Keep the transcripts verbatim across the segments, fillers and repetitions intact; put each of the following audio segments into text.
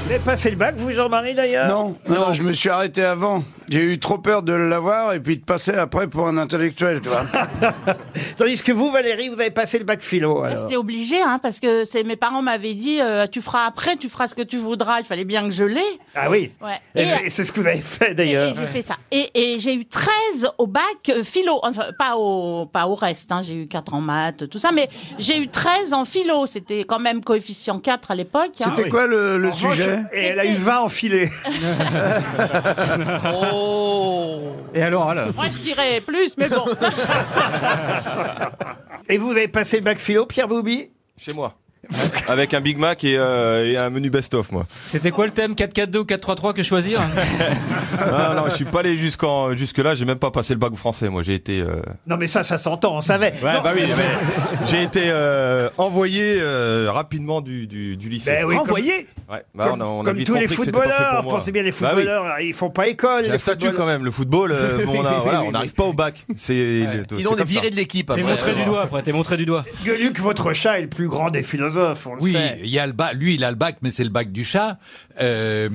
Vous avez passé le bac, vous, Jean-Marie, d'ailleurs? Non, non, non, je me suis arrêté avant. J'ai eu trop peur de l'avoir et puis de passer après pour un intellectuel, tu vois. Tandis que vous, Valérie, vous avez passé le bac philo, alors. C'était obligé, hein, parce que c'est mes parents m'avaient dit euh, tu feras après, tu feras ce que tu voudras. Il fallait bien que je l'ai. Ah oui. Ouais. Et, Et, et c'est ce que vous avez fait, d'ailleurs. et j'ai fait ça. Et, et j'ai eu treize au bac euh, philo. Enfin, pas au, pas au reste, hein. J'ai eu quatre en maths, tout ça. Mais j'ai eu treize en philo. C'était quand même coefficient quatre à l'époque. Hein. C'était quoi le, le En revanche, sujet? Et elle a eu vingt en filet. Oh. Et alors, alors Moi, je dirais plus, mais bon. Et vous avez passé le bac philo, Pierre Boubi? Chez moi. Avec un Big Mac et, euh, et un menu best-of, moi. C'était quoi le thème? quatre quatre deux ou quatre trois trois que choisir? Non, non, je suis pas allé jusqu'en, jusque-là, j'ai même pas passé le bac français, moi. J'ai été... Euh... Non, mais ça, ça s'entend, on savait. Ouais, Non, bah oui, mais j'ai été euh, envoyé euh, rapidement du, du, du lycée. Ben oui, Envoyé Ouais, bah, Comme, on a, on a comme vite tous les compris que c'était pas fait footballeurs, pour moi. pensez bien, les Bah oui. footballeurs, ils font pas école. J'ai les un statut footballeurs. quand même. Le football, euh, bon, on a- voilà, on n'arrive pas au bac. C'est, Ouais. c'est Sinon, on est comme viré ça. de l'équipe. T'es après. montré du doigt après, t'es montré du doigt. Gueuluc, votre chat est le plus grand des philosophes, on le Oui, sait. il y a le bac. Lui, il a le bac, mais c'est le bac du chat, euh,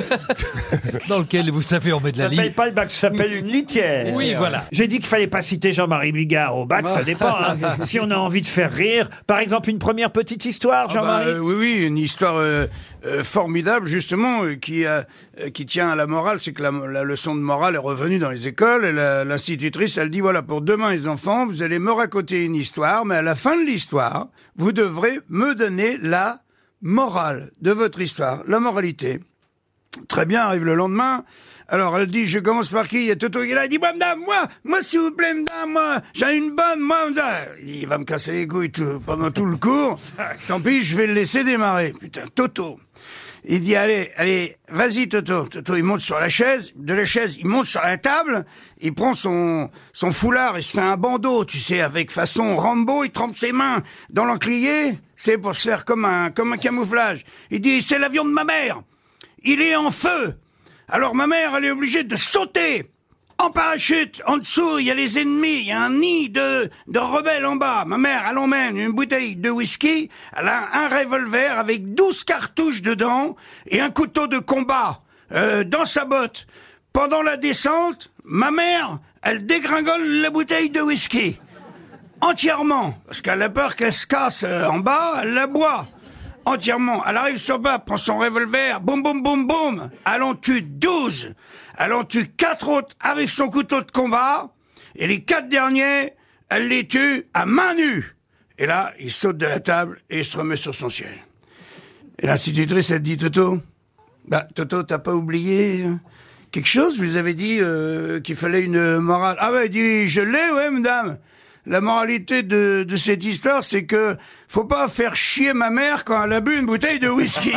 dans lequel, vous savez, on met de Ça la s'appelle ligne. pas le bac, ça s'appelle une litière. Oui, voilà. J'ai dit qu'il fallait pas citer Jean-Marie Bigard au bac, ça dépend. Hein. Si on a envie de faire rire, par exemple, une première petite histoire, Ah bah, Jean-Marie. euh, oui, oui, une histoire euh, euh, formidable, justement, euh, qui, euh, euh, qui tient à la morale. C'est que la, la leçon de morale est revenue dans les écoles. Et la- l'institutrice, elle dit, voilà, pour demain, les enfants, vous allez me raconter une histoire, mais à la fin de l'histoire, vous devrez me donner la morale de votre histoire, la moralité. Très bien, arrive le lendemain. Alors, elle dit, je commence par qui? Il y a Toto qui est là, il dit, moi, madame, moi, moi, s'il vous plaît, madame, moi, j'ai une bonne, moi, madame. Il dit, il va me casser les couilles tout- pendant tout le cours. Tant pis, je vais le laisser démarrer. Putain, Toto. Il dit, allez, allez, vas-y, Toto. Toto, il monte sur la chaise. De la chaise, il monte sur la table. Il prend son, son foulard, il se fait un bandeau, tu sais, avec façon Rambo. Il trempe ses mains dans l'encrier. C'est pour se faire comme un, comme un camouflage. Il dit, c'est l'avion de ma mère. Il est en feu. Alors ma mère, elle est obligée de sauter en parachute. En dessous, il y a les ennemis, il y a un nid de, de rebelles en bas. Ma mère, elle emmène une bouteille de whisky, elle a un revolver avec douze cartouches dedans et un couteau de combat euh, dans sa botte. Pendant la descente, ma mère, elle dégringole la bouteille de whisky. Entièrement. Parce qu'elle a peur qu'elle se casse euh, en bas, elle la boit. Entièrement. Elle arrive sur bas, prend son revolver, boum, boum, boum, boum. Elle en tue douze. Elle en tue quatre autres avec son couteau de combat. Et les quatre derniers, elle les tue à main nue. Et là, il saute de la table et il se remet sur son siège. Et l'institutrice, elle dit, Toto, bah, Toto, t'as pas oublié euh, quelque chose? Je vous avais dit euh, qu'il fallait une morale. Ah ouais, il dit, je l'ai, ouais, madame. La moralité de, de cette histoire, c'est que faut pas faire chier ma mère quand elle a bu une bouteille de whisky.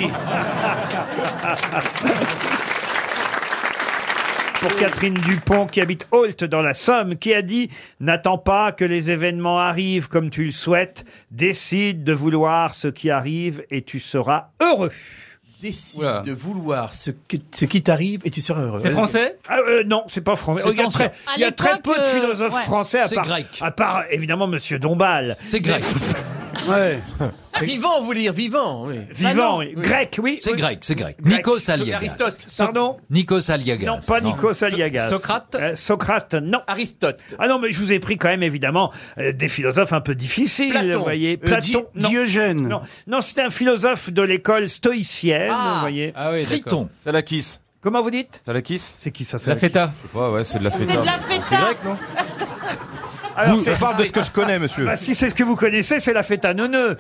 Pour Catherine Dupont, qui habite Ault dans la Somme, qui a dit « N'attends pas que les événements arrivent comme tu le souhaites. Décide de vouloir ce qui arrive et tu seras heureux. » Décide Oula. de vouloir ce, que, ce qui t'arrive et tu seras heureux. C'est français? Ah, euh, non, c'est pas français. C'est Il y a ancien. très, il y a À très peu de l'époque, euh, philosophes ouais. français, à C'est part, grec. à part évidemment Monsieur Dombasle. C'est grec. Ouais. Vivant, vous dire vivant. Oui. Vivant, Ah non, oui. Grec, oui. C'est oui. grec, c'est grec. Grec. Nikos Aliagas. Aristote. Pardon? Nikos Aliagas. Non, pas Nikos Aliagas. Socrate Euh, Socrate, non. Aristote. Ah non, mais je vous ai pris quand même évidemment euh, des philosophes un peu difficiles, Platon. vous voyez. Euh, Platon, Di- non. Diogène. Non, non, c'est un philosophe de l'école stoïcienne, Ah. vous voyez. Ah oui, d'accord. Triton. Salakis. Comment vous dites? Salakis? C'est qui ça? La feta. Ouais, ouais, c'est de la feta. C'est de la C'est feta. grec, non? Alors, Je c'est- parle de ce que je connais, monsieur. bah, si c'est ce que vous connaissez, c'est la feta neuneu.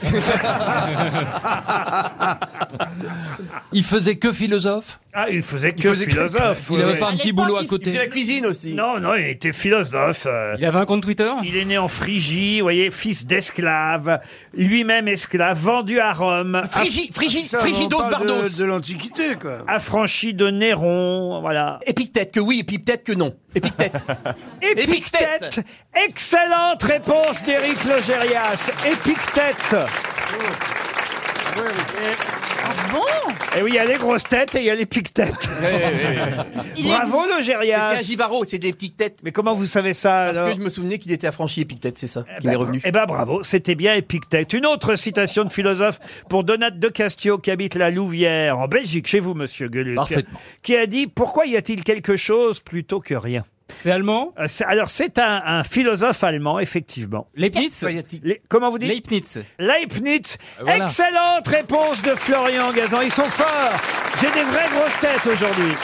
Il faisait que philosophe? Ah, il faisait que faisait que- philosophe. Il oui, n'avait oui. pas un À petit l'époque, boulot à il Il côté? faisait la cuisine aussi. Non, non, il était philosophe. euh, Il avait un compte Twitter? Il est né en Phrygie, vous voyez, fils d'esclave, lui-même esclave, vendu à Rome, Frigi, Frigi, Ça, Frigidos on parle Bardos. de, de l'Antiquité, quoi. affranchi de Néron, voilà. Épictète que oui, et puis peut-être que non. Épictète. Épictète. Excellente réponse d'Éric Logérias. Épictète. Et Bon. Et oui, il y a les grosses têtes et il y a les piques-têtes. Il Bravo, ex- Logérias. C'était à Givaro, c'est des petites têtes. Mais comment vous savez ça Parce alors que je me souvenais qu'il était affranchi Épictète, c'est ça, Eh qui ben, m'est revenu. Eh ben bravo, c'était bien Épictète. Une autre citation de philosophe pour Donat de Castio qui habite la Louvière, en Belgique, chez vous, monsieur Gueluc. Parfaitement. Qui a dit « Pourquoi y a-t-il quelque chose plutôt que rien ?» C'est allemand? Euh, c'est- Alors, c'est un, un philosophe allemand, effectivement. Leibniz? Les- comment vous dites Leibniz. Leibniz. Voilà. Excellente réponse de Florian Gazan. Ils sont forts. J'ai des vraies grosses têtes aujourd'hui.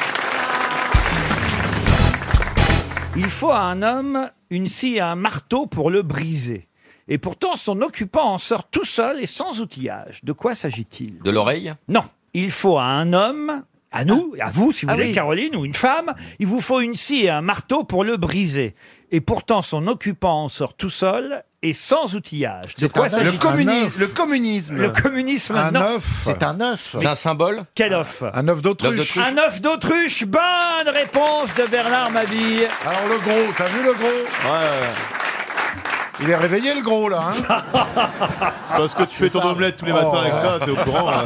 Il faut à un homme une scie et un marteau pour le briser. Et pourtant, son occupant en sort tout seul et sans outillage. De quoi s'agit-il? De l'oreille? Non. Il faut à un homme, à nous, à vous, si vous Ah voulez, oui. Caroline, ou une femme, il vous faut une scie et un marteau pour le briser. Et pourtant, son occupant en sort tout seul et sans outillage. De quoi un s'agit-il? œuf. communisme- le communisme. Le communisme, Un non. œuf. C'est un œuf. C'est un symbole? Quel œuf? Un œuf d'autruche. d'autruche. Un œuf d'autruche. Bonne réponse de Bernard Mabille. Alors le gros, t'as vu le gros? Ouais, ouais. Il est réveillé le gros là, hein? C'est parce que tu fais ton omelette tous les matins avec ça, t'es au courant. hein.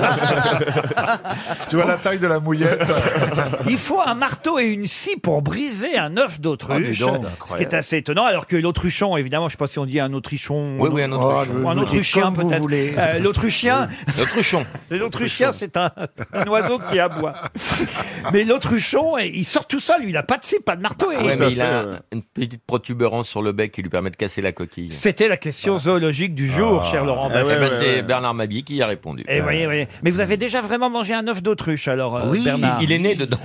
Tu vois la taille de la mouillette. Il faut un marteau et une scie pour briser un œuf Ah, dis d'autruche. donc, Ce qui est assez étonnant, alors que l'autruchon, évidemment, je ne sais pas si on dit un autrichon. Oui, oui, un Oh, autruchon. le- Ou un vous autrichien dites comme vous peut-être. voulez. Euh, L'autruchien, L'autruchon. l'autruchien, c'est un, un oiseau qui aboie. Mais l'autruchon, il sort tout seul, il n'a pas de scie, pas de marteau. et- Ouais, Tout à mais il fait, a ouais. une petite protubérance sur le bec qui lui permet de casser la coquille. C'était la question zoologique du jour, Ah. cher Laurent Eh Baffie. Eh ben, ouais, c'est ouais. Bernard Mabille qui y a répondu. Et voyez, voyez. Mais vous avez déjà vraiment mangé un œuf d'autruche, alors, euh, Oui, Bernard? il est né dedans.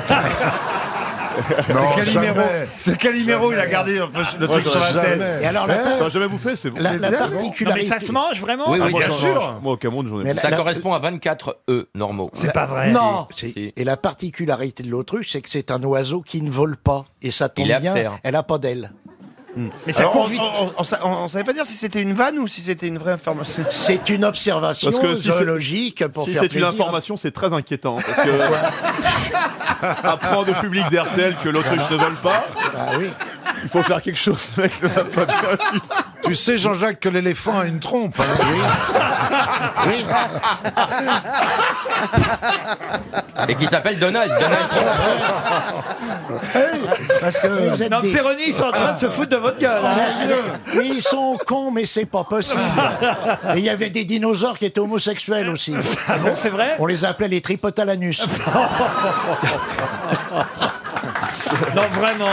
Non, Calimero. jamais. Ce Calimero, il a gardé un peu le truc Moi, sur la jamais. tête. Et alors la, T'as jamais bouffé, c'est bon. la, la C'est- Non, mais particularité. ça se mange vraiment? Oui, Ah, oui, moi, bien j'en sûr. mange. Moi, au Cameroun, j'en ai Mais pas. Ça la- correspond à vingt-quatre œufs normaux. C'est pas vrai. Non. Si. C'est- Et la particularité de l'autruche, c'est que c'est un oiseau qui ne vole pas. Et ça tombe Il est bien, aptère. elle a pas d'aile. Mais ça Alors, court on, vite. on, on, sa- on- on savait pas dire si c'était une vanne ou si c'était une vraie information. C'est une observation Parce que si c'est- zoologique pour Si faire c'est une plaisir. information, c'est très inquiétant. Parce que apprendre au public d'R T L que l'autruche ne vole pas, Ah oui. il faut faire quelque chose, mec. Ça va pas bien. Tu sais, Jean-Jacques, que l'éléphant a une trompe. Hein, Oui. Et qui s'appelle Donald. Donald Trump. Parce que vous êtes Non, des- Péroni, ils sont en train de se foutre de votre gueule. hein. Mais ils sont cons, mais c'est pas possible. Et il y avait des dinosaures qui étaient homosexuels aussi. Ah bon, c'est vrai? On les appelait les tripotalanus. Non, vraiment.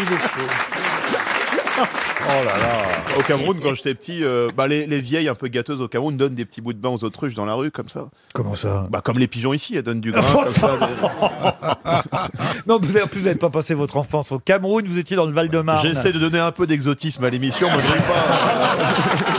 Oh là là. Au Cameroun, quand j'étais petit, euh, bah, les, les vieilles un peu gâteuses au Cameroun donnent des petits bouts de bain aux autruches dans la rue, comme ça. Comment ça? Bah, comme les pigeons ici, elles donnent du grain, comme ça. Non, vous avez, en plus, vous n'avez pas passé votre enfance au Cameroun, vous étiez dans le Val-de-Marne. J'essaie de donner un peu d'exotisme à l'émission, mais je n'arrive pas.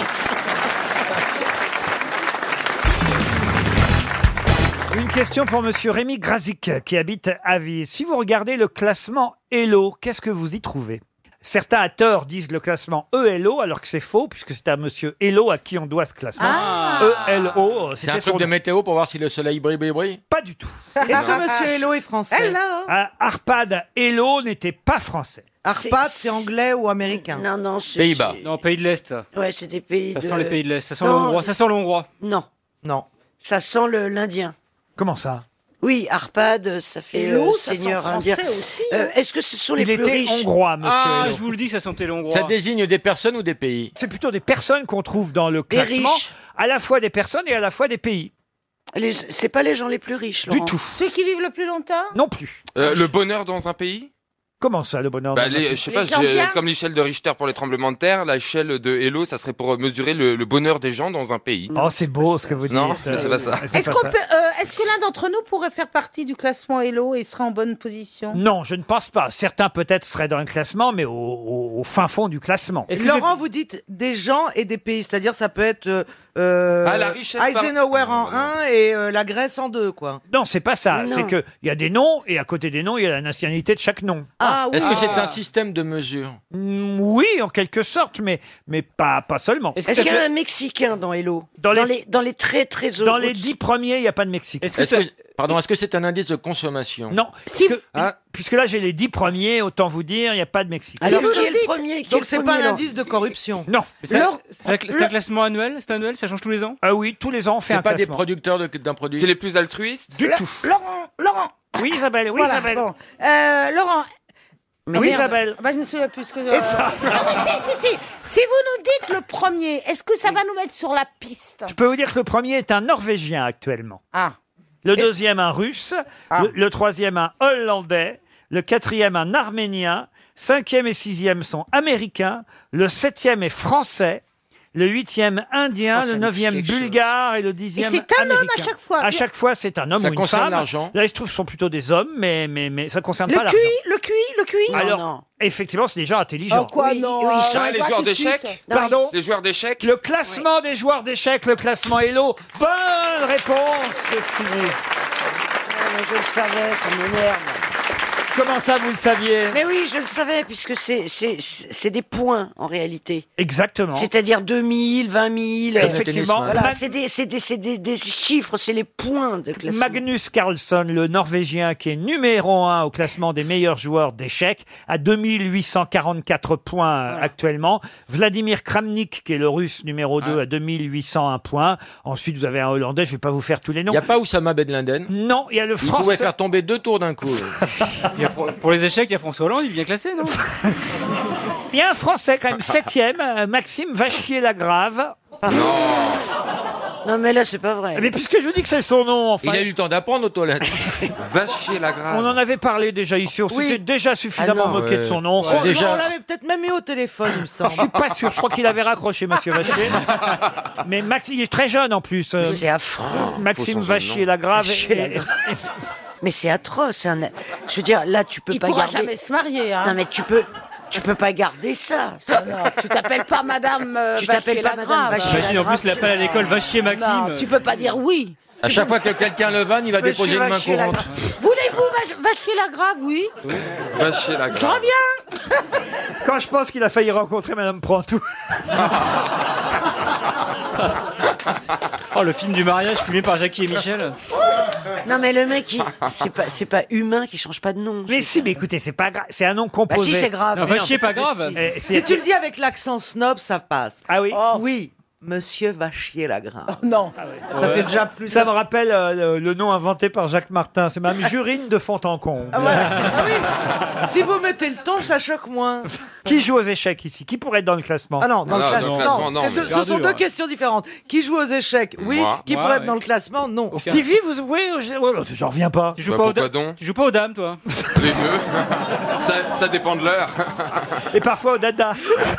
Une question pour monsieur Rémi Grazic, qui habite à Vie. Si vous regardez le classement Hello, qu'est-ce que vous y trouvez? Certains à tort disent le classement E L O, alors que c'est faux, puisque c'est à monsieur Hello à qui on doit ce classement. Ah. E L O, C'est un c'était truc son de nom. météo pour voir si le soleil brille, brille, brille. Pas du tout. Est-ce que Monsieur Hello est français? Ah, Arpad Hello n'était pas français. Arpad, c'est anglais ou américain? Non, non, c'est... Pays-Bas. Non, pays de l'Est. Ça, Ouais, c'est des pays ça de... sent les pays de l'Est. Ça sent Non, le hongrois. Ça sent le hongrois. Non, Non. ça sent le- l'Indien. Comment ça? Oui, Arpad, ça fait Hello, euh, ça sent seigneur français indien. aussi. Euh, Est-ce que ce sont les Il plus était riches? hongrois, monsieur Ah, Hello. je vous le dis, ça sentait le hongrois. Ça désigne des personnes ou des pays? C'est plutôt des personnes qu'on trouve dans le Des classement, riches. à la fois des personnes et à la fois des pays. Les- C'est pas les gens les plus riches, Du Laurent. tout. Ceux qui vivent le plus longtemps? Non plus. Euh, le bonheur dans un pays? Comment ça, le bonheur? Bah, dans un les, pays je sais Les pas, gens j'ai- bien. comme l'échelle de Richter pour les tremblements de terre, l'échelle de Hello, ça serait pour mesurer le, le bonheur des gens dans un pays. Oh, c'est beau ce que vous dites. Non, c'est c'est pas ça. C'est Est-ce pas qu'on ça. peut, euh, est-ce que l'un d'entre nous pourrait faire partie du classement Hello et serait en bonne position? Non, je ne pense pas. Certains peut-être seraient dans le classement, mais au, au- au fin fond du classement. Est-ce que Laurent, vous dites des gens et des pays, c'est-à-dire ça peut être euh, euh, Ah, la richesse par- Eisenhower en Non, non. un et euh, la Grèce en deux, quoi. Non, c'est pas ça. Non. C'est que il y a des noms et à côté des noms, il y a la nationalité de chaque nom. Ah oui. Est-ce que c'est Ah. un système de mesure? Mm, oui, en quelque sorte, mais mais pas pas seulement. Est-ce que Est-ce ça qu'il y a peut- un Mexicain dans Hello? Dans Dans les- les, dans les très très Dans les au- dix premiers, il n'y a pas de Mexique. Est-ce que, Est-ce ça... que- Pardon, est-ce que c'est un indice de consommation? Non. Si- Puisque, puisque là, j'ai les dix premiers, autant vous dire, il n'y a pas de Mexique. Alors, vous qui est dites- le premier qui est Donc le c'est premier, pas un Laurent indice de corruption. Non. C'est Laure- c'est un, c'est un classement annuel? C'est annuel? Ça change tous les ans? Ah oui, tous les ans, on fait C'est un pas des classement. producteurs de- d'un produit? C'est les plus altruistes? Du La- tout. Laurent, Laurent. Oui, Isabelle, oui, Voilà, Isabelle. bon. Euh, Laurent. Mais Oui, merde. Isabelle. Bah, je me souviens plus ce que. Et ça- Non, mais si, si, si. Si vous nous dites le premier, est-ce que ça va nous mettre sur la piste? Je peux vous dire que le premier est un Norvégien actuellement. Ah. Le deuxième, un Russe. Ah. Le, le troisième, un Hollandais. Le quatrième, un Arménien. Cinquième et sixième sont américains. Le septième est français. Le huitième, indien. Oh, ça le me dit neuvième, quelque chose. bulgare. Et le Et dixième, c'est un homme américain. à chaque fois. À chaque fois, c'est un homme Ça ou une concerne femme. l'argent? Là, il se trouve, ce sont plutôt des hommes, mais, mais, mais ça ne concerne Le pas l'argent. Q I, le Q I, le Q I. Non, Alors, non. effectivement, c'est des gens intelligents. Oh, quoi, Oui, non. oui, ils sont- euh, Ah, les pas joueurs tout de suite. d'échecs? Non, Pardon Les joueurs d'échecs? Le classement des joueurs d'échecs, le classement Hello. Bonne réponse de Stevie. Ah, mais je le savais, ça m'énerve. Comment ça, vous le saviez? Mais oui, je le savais, puisque c'est c'est- c'est des points, en réalité. Exactement. C'est-à-dire deux mille, vingt mille. euh, Effectivement. Voilà, Mag- c'est des, c'est des, c'est des, des chiffres, c'est les points de classement. Magnus Carlsen, le Norvégien qui est numéro un au classement des meilleurs joueurs d'échecs, à deux mille huit cent quarante-quatre points euh, actuellement. Vladimir Kramnik, qui est le Russe numéro deux, à deux mille huit cent un points. Ensuite, vous avez un Hollandais, je ne vais pas vous faire tous les Il noms. n'y a pas Oussama Ben Laden? Non, il y a le Il pouvait Français. faire tomber deux tours d'un coup. Il y a pour, pour les échecs, il y a François Hollande, il est bien classé, non? Il y a un Français quand même, septième, euh, Maxime Vachier-Lagrave. Non, mais là, c'est pas vrai. Mais puisque je vous dis que c'est son nom, enfin. Il a eu le temps d'apprendre aux toilettes. Vachier la grave. On en avait parlé déjà ici, on Oui. s'était déjà suffisamment Ah non, moqué de ouais. son nom. Ouais. On, Déjà- on l'avait peut-être même eu au téléphone, il me semble. Je suis pas sûr, je crois qu'il avait raccroché, monsieur Vachier. Mais Max, il est très jeune en plus. euh, Mais c'est affreux. Maxime changer de Vachier-Lagrave. Vachier-Lagrave. Mais c'est atroce. c'est un- Je veux dire, là, tu peux Il pas pourra garder. jamais se marier. Hein. Non, mais tu peux, tu peux pas garder ça. ça. Non, tu t'appelles pas Madame. euh, Tu t'appelles pas Vachier-Lagrave. Madame Vachier. Imagine en plus l'appel à l'école Vachier Maxime. Non, tu peux pas dire oui. À chaque fois que quelqu'un le vanne, il va Monsieur déposer une main Vachier, courante. la- Voulez-vous Vach- Vachier-Lagrave, oui. Vachier la Je grave. reviens. Quand je pense qu'il a failli rencontrer Madame Prantou. Oh, le film du mariage filmé par Jackie et Michel. Non, mais le mec, il- c'est pas, c'est pas humain qui change pas de nom. Mais si, mais écoutez, c'est pas grave, c'est un nom Bah composé. si, c'est grave. Non, Vachier, pas grave. Eh, c'est- Si tu le dis avec l'accent snob, ça passe. Ah oui. Oui, Monsieur Vachier-Lagrave. Non. Ça fait déjà plus. Ça me rappelle euh, le, le nom inventé par Jacques Martin. C'est Madame Jurine de Fontencombe. Ah ouais. Ah oui. Si vous mettez le ton, ça choque moins. Qui joue aux échecs ici? Qui pourrait être dans le classement? Ah non, dans Non, le, cla- dans le classement, non, c'est mais- deux- ce Bien sont dur, deux ouais. questions différentes. Qui joue aux échecs? Oui. Moi. Qui Moi, pourrait être ouais. dans le classement? Non. Stevie, vous jouez aux... oh, j'en reviens pas. Tu joues, Bah, pas aux pourquoi da- donc tu joues pas aux dames, toi? Les deux. ça, ça dépend de l'heure. Et parfois au dada.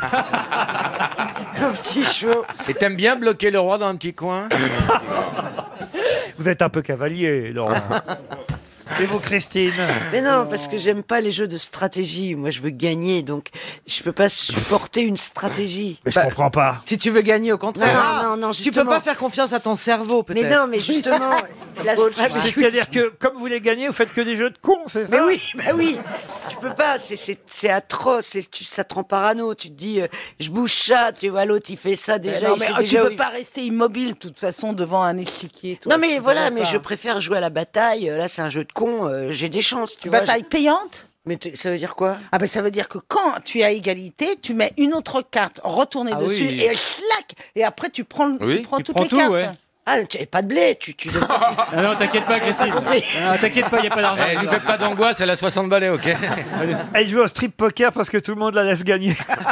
Un petit chaud. Et t'aimes bien bloquer le roi dans un petit coin? Vous êtes un peu cavalier, Laurent. Et vous, Christine? Mais non, parce que j'aime pas les jeux de stratégie. Moi, je veux gagner, donc je peux pas supporter une stratégie. Mais je comprends pas. Si tu veux gagner, au contraire. Non, Ah, non, non, tu peux justement. pas faire confiance à ton cerveau, Mais peut-être. non, mais justement, la stratégie. C'est-à-dire que, comme vous voulez gagner, vous faites que des jeux de cons, c'est ça? Mais oui, bah oui. Tu peux pas, c'est- c'est c'est atroce, c'est- tu- ça te rend parano. Tu te dis, euh, je bouge ça, tu vois, l'autre il fait ça déjà. non, il mais sait oh, tu déjà peux où- pas rester immobile, de toute façon, devant un échiquier. toi. Non mais Tu voilà, pourrais mais pas. je préfère jouer à la bataille. Là, c'est un jeu de con. euh, J'ai des chances, tu vois. Bataille payante? Mais t- ça veut dire quoi? Ah ben ça veut dire que quand tu es à égalité, tu mets une autre carte retournée Ah dessus oui. et schlac, et après tu prends, le- Oui, tu prends tu toutes prends les tout, cartes. ouais. Ah, tu pas de blé, tu tu. Ah non, t'inquiète pas, Christine. Ah, t'inquiète pas, il n'y a pas d'argent. Eh, lui faites pas d'angoisse, elle a soixante balais, ok? Elle joue au strip poker parce que tout le monde la laisse gagner.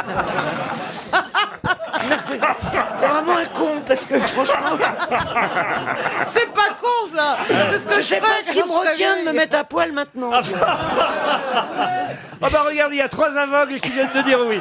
T'es vraiment un con parce que franchement, C'est pas con, ça. C'est ce que je je sais fais pas ce qui quand me je retient de me réveille. mettre à poil maintenant. Oh bah regarde, il y a trois aveugles qui viennent de dire oui.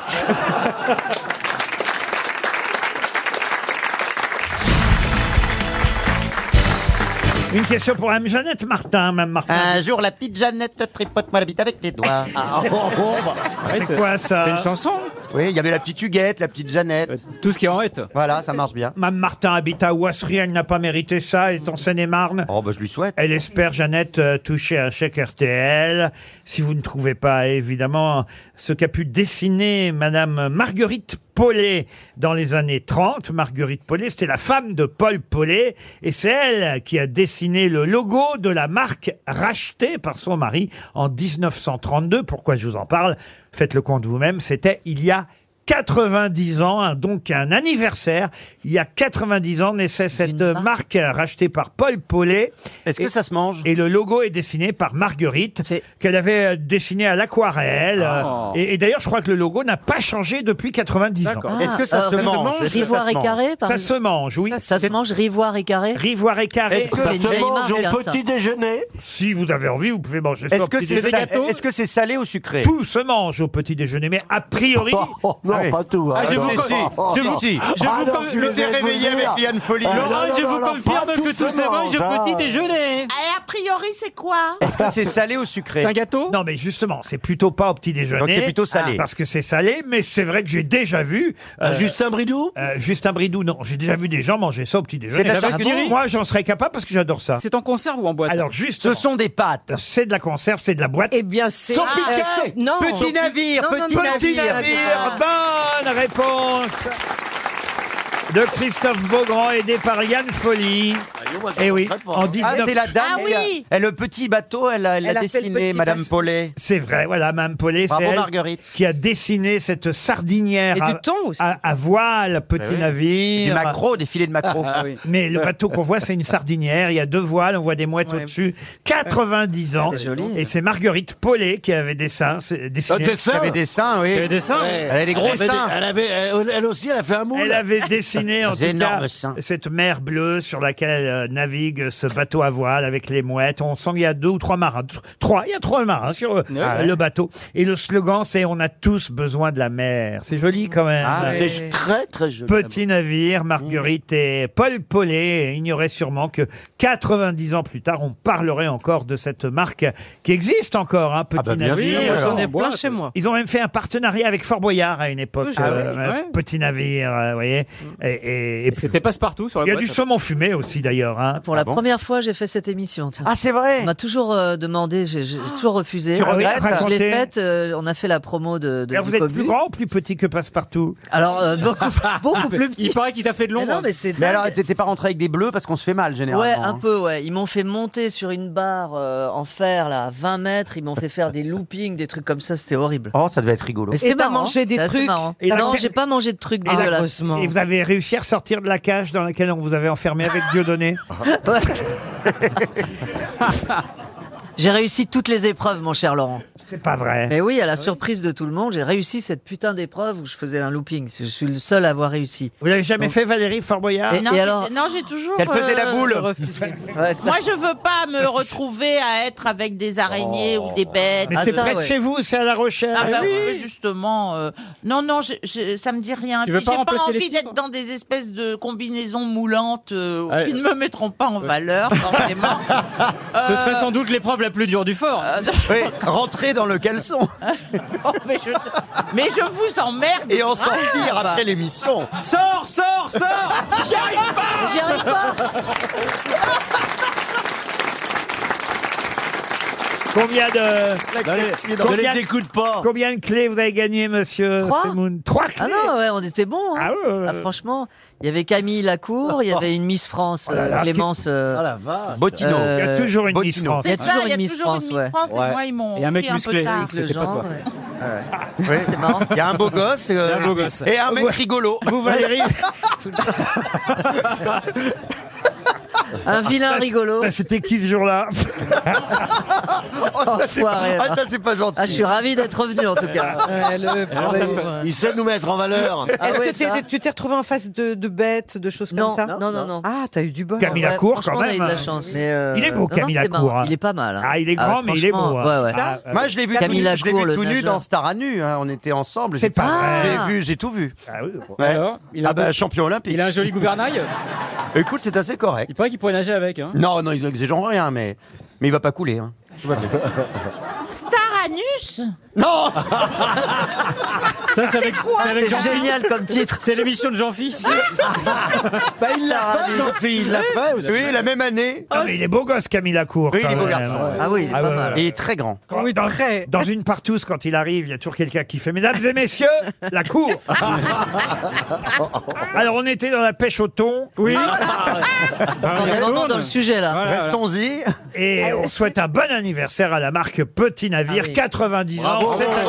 Une question pour Mme Jeannette Martin, Mme Martin. Un jour, la petite Jeannette tripote-moi la bite avec les doigts. Ah, oh, bon, bah. C'est quoi ça? C'est une chanson? Oui, il y avait la petite Huguette, la petite Jeannette. Tout ce qui est en hête. Voilà, ça marche bien. Mme Martin habite à Ouasserie, elle n'a pas mérité ça, elle est en Seine-et-Marne. Oh, bah, je lui souhaite. Elle espère, Jeannette, euh, toucher un chèque R T L. Si vous ne trouvez pas, évidemment, ce qu'a pu dessiner Madame Marguerite Paulet dans les années trente. Marguerite Paulet, c'était la femme de Paul Paulet. Et c'est elle qui a dessiné le logo de la marque rachetée par son mari en dix-neuf cent trente-deux. Pourquoi je vous en parle? Faites le compte vous-même. C'était il y a quatre-vingt-dix ans, hein, donc un anniversaire. Il y a quatre-vingt-dix ans naissait cette marque rachetée par Paul Paulet. Est-ce que ça se mange? Et le logo est dessiné par Marguerite, qu'elle avait euh, dessiné à l'aquarelle. Oh. Euh, Et, et d'ailleurs, je crois que le logo n'a pas changé depuis quatre-vingt-dix ans. D'accord. Est-ce que ça Ah, se euh, mange? Est-ce que Rivoire ça se et mange carré, par Ça exemple. se mange, oui. Ça se mange rivoire et carré. Rivoire et carré. Est-ce que C'est une vieille marque, hein, ça. déjeuner? Si vous avez envie, vous pouvez manger ça Est-ce au que petit c'est déjeuner. sa- est-ce que c'est salé ou sucré? Tout se mange au petit déjeuner, mais a priori... Oh, non, Ah oui. pas tout. Ah, hein. je Non, vous si, con- si. je vous- si. je vous Ah, con- non, tu le- viens t'es de vous réveillé dire. avec Liane Folly. Ah, Laurent, non, je non, vous non, confirme pas que tout se se mange mange, au petit hein. déjeuner. Et a priori, c'est quoi? Est-ce que c'est salé ou sucré? Un gâteau? Non, mais justement, c'est plutôt pas au petit déjeuner. Donc c'est plutôt salé. Ah, parce que c'est salé, mais c'est vrai que j'ai déjà vu... euh, Justin Bridou? euh, Justin Bridou, non. J'ai déjà vu des gens manger ça au petit déjeuner. C'est de la Ah charcuterie bon Moi, j'en serais capable parce que j'adore ça. C'est en conserve ou en boîte? Alors, Ce justement, sont des pâtes. c'est de la conserve, c'est de la boîte. Eh bien, c'est. Son Ah, piquet. euh, so- Non. Petit navire, Non, non, petit non, Petit navire. navire, bonne réponse de Christophe Beaugrand, aidé par Yann Folly. Et oui, en Ah, dix-neuf... c'est la dame. Ah oui. Elle, le petit bateau, elle l'a elle Elle l'a a fait le dessiné, petit Madame bateau. Paulet. C'est vrai, voilà, Mme Paulet, c'est Bravo elle Marguerite. qui a dessiné cette sardinière Et à, du thon aussi. à- à voile, petit Eh oui. navire. Des macros, des filets de macros. Ah oui. Mais le bateau qu'on voit, c'est une sardinière. Il y a deux voiles, on voit des mouettes Ouais. au-dessus. quatre-vingt-dix ans. C'est joli. Et c'est Marguerite Paulet qui avait des seins, c'est- dessiné. Elle avait des seins, oui. Il y avait des seins? Elle avait des gros Elle avait seins. des- Elle avait, elle, elle aussi, elle a fait un moule. Elle avait dessiné en Des tout cas énormes seins. cette mer bleue sur laquelle euh, navigue ce bateau à voile avec les mouettes. On sent qu'il y a deux ou trois marins. Tr- Trois, il y a trois marins sur euh, Ah ouais. le bateau. Et le slogan, c'est on a tous besoin de la mer. C'est joli quand même. Ah ouais. C'est très, très joli. Petit navire, Marguerite et Paul Paulet ignoraient sûrement que quatre-vingt-dix ans plus tard, on parlerait encore de cette marque qui existe encore, hein, Petit bah bien navire. sûr. J'en ai En plein boîte. chez moi. Ils ont même fait un partenariat avec Fort Boyard à une époque. Toujours. euh, Ah ouais, euh, ouais. Petit navire, euh, vous voyez. Et, et- et puis, C'était passe-partout sur la il y a boîte. du saumon fumé aussi d'ailleurs. Hein. Pour la Ah bon première fois, j'ai fait cette émission. tiens. Ah, c'est vrai. On m'a toujours euh, demandé, j'ai j'ai toujours refusé. Tu Ah oui, regrettes? Je l'ai racontez. faite, euh, on a fait la promo de, de Alors, du vous êtes Cobu. plus grand ou plus petit que Passepartout? Alors, euh, beaucoup, beaucoup plus petit. Il paraît qu'il t'a fait de Mais l'ombre. non, mais c'est Mais dingue. alors, t'étais pas rentré avec des bleus parce qu'on se fait mal, généralement. Ouais, un hein. peu, ouais. Ils m'ont fait monter sur une barre euh, en fer, là, à vingt mètres. Ils m'ont fait faire des loopings, des trucs comme ça. C'était horrible. Oh, ça devait être rigolo. Mais c'était Et t'as marrant. mangé des C'était assez trucs marrant. Et la- Non, j'ai pas mangé de trucs Et, la- dégueulasses. et vous avez réussi à ressortir de la cage dans laquelle on vous avait enfermé avec Dieudonné? Ouais. J'ai réussi toutes les épreuves, mon cher Laurent. C'est pas vrai. Mais oui, à la surprise de tout le monde, j'ai réussi cette putain d'épreuve où je faisais un looping. Je suis le seul à avoir réussi. Vous l'avez jamais Donc- fait, Valérie Fort Boyard? Et- Non, et j'ai- alors non, j'ai toujours. Elle faisait la euh, boule. Ouais, ça- Moi, je veux pas me retrouver à être avec des araignées ou des bêtes. Mais Ah, c'est ça, près de ouais. chez vous, c'est à La Rochelle. Ah bah oui, justement. euh, non, non, je, je- ça me dit rien. Tu veux Puis pas j'ai pas remplacer les envie cibres d'être dans des espèces de combinaisons moulantes euh, Allez. qui ne me mettront pas en valeur, forcément. Ce serait sans doute l'épreuve la plus dure du fort. Oui, rentrer dans le caleçon Oh, mais, je, mais je vous emmerde. et en grave. sortir après l'émission. Sors, sors, sors. J'y arrive pas. J'y arrive pas. Combien de, L'éclaircie dans- Ne Combien- les écoute pas. combien de clés vous avez gagné, monsieur Trois. Semoun? Trois clés. Ah non, ouais, on était bons. Hein. Ah ouais, ouais, Ah, ouais. franchement, il y avait Camille Lacour, il y avait une Miss France, Oh là euh, là, Clémence. euh, Ah la vache. Bottino. euh, Il y a toujours une Miss Bottino. France. Il y a C'est toujours ça, il y a une Miss toujours France, une Miss ouais. France, et Ouais. moi, ils m'ont Et un mec pris un peu musclé. tard. avec le C'était pas genre. toi. ouais. Ouais. Ouais. C'était marrant. Il y a un beau gosse, euh, Il y a un beau gosse. et un mec Ouais. rigolo. Vous, Valérie, Un vilain rigolo. bah, c'était qui ce jour-là? Oh, ça, c'est pas... Enfoiré, ah, va. ça, c'est pas gentil. Ah, je suis ravi d'être revenu en tout cas. Il sait nous mettre en valeur. Ah Est-ce ouais, que t'es- ça. tu t'es retrouvé en face de, de bêtes, de choses Non, comme ça non, non, non. Ah, t'as eu du bol. Camille Ouais, Lacour, franchement, quand on a eu même. de la chance. Mais euh, Il est beau, non, non, Camille c'était Lacour, marrant. hein. Il est pas mal. hein. Ah, il est grand, mais il est beau. franchement, hein. ouais, ouais. Ah, ah, Moi, je l'ai vu, Camille tout nu, je l'ai Lacour, vu le tout nu nageur. dans Star à nu. hein, On était ensemble. C'est j'ai- pas vrai. J'ai vu, j'ai tout vu. ah oui, bon. Ouais. Alors, il a Ah bah beau- champion olympique. Il a un joli gouvernail. Écoute, c'est assez correct. Il paraît qu'il pourrait nager avec. Hein. Non, non, il n'exigent rien, mais mais il va pas couler. Hein. Tout va bien. Staranus Non. Ça, c'est avec, c'est avec C'est Jean-Phi. génial comme titre. C'est l'émission de Jean-Phi. Bah, il l'a fait, Jean-Philippe, il l'a fait. aussi. Oui, la même année. Ah, mais il est beau gosse, Camille Lacour. Oui, quand il est beau même. garçon. Ah oui, il est pas ouais, mal. ouais. Il est très grand. Quand- dans, dans une partouze, quand il arrive, il y a toujours quelqu'un qui fait « Mesdames et messieurs, la cour !» Alors, on était dans la pêche au thon. Oui. On est vraiment dans le sujet là. Voilà, voilà. Restons-y. Et on souhaite un bon anniversaire à la marque Petit Navire, Ah oui. quatre-vingt-dix Bravo. ans. cette année.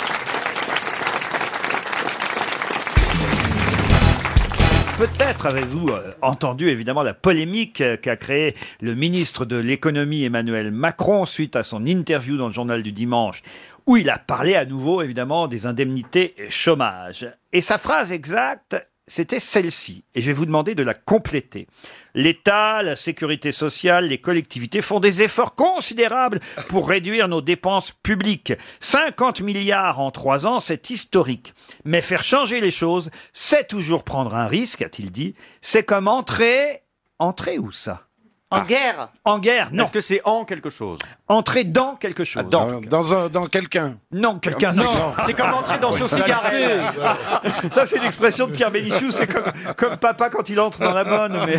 Peut-être avez-vous euh, entendu évidemment la polémique euh, qu'a créée le ministre de l'économie Emmanuel Macron suite à son interview dans le journal du dimanche où il a parlé à nouveau évidemment des indemnités chômage. Et sa phrase exacte, c'était celle-ci. Et je vais vous demander de la compléter. L'État, la sécurité sociale, les collectivités font des efforts considérables pour réduire nos dépenses publiques. cinquante milliards en trois ans, c'est historique. Mais faire changer les choses, c'est toujours prendre un risque, a-t-il dit. C'est comme entrer... Entrer où ça? En guerre. En guerre, non. Est-ce que c'est en quelque chose? Entrer dans quelque chose. Dans, dans, un- dans quelqu'un. Non, quelqu'un... Non. C'est comme entrer dans son cigarette. Ça, c'est l'expression de Pierre Bénichou. C'est comme, comme papa quand il entre dans la bonne. Mais...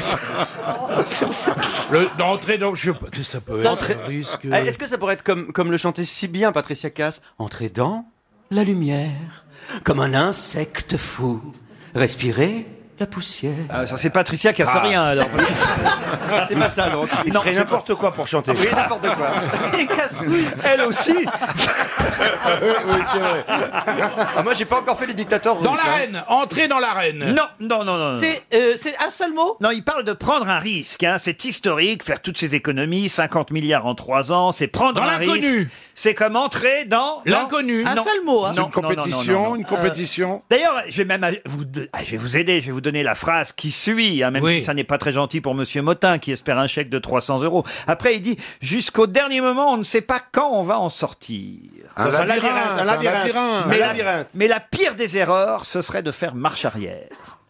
Le- D'entrer dans... Je sais pas, que ça peut être Entrer- un risque... Eh, Est-ce que ça pourrait être comme, comme le chantait si bien Patricia Cass? Entrer dans la lumière, comme un insecte fou. Respirer la poussière. Ah, ça, c'est Patricia qui a rien, alors. C'est pas ça, donc. Il Non, ferait c'est n'importe quoi pour chanter. Oui, n'importe quoi. Elle aussi. oui, oui, c'est vrai. Ah, moi, j'ai pas encore fait les dictateurs Dans russes, hein. l'arène. Entrer dans l'arène. Non, non, non, non. non. C'est euh, c'est un seul mot. Non, il parle de prendre un risque. Hein. C'est historique, faire toutes ces économies, cinquante milliards en trois ans, c'est prendre Dans un risque. l'inconnu. C'est comme entrer dans... L'inconnu. Un Non. seul mot. Hein. Non, Une compétition, non, non, non, non. une compétition. D'ailleurs, je vais même à- vous, de- ah, je vais vous aider, je vais vous donner la phrase qui suit, hein, même Oui. si ça n'est pas très gentil pour Monsieur Motin qui espère un chèque de trois cents euros. Après, il dit jusqu'au dernier moment, on ne sait pas quand on va en sortir. Un Dans un labyrinthe, labyrinthe, un un labyrinthe. labyrinthe. Mais Un la, labyrinthe. mais la pire des erreurs, ce serait de faire marche arrière.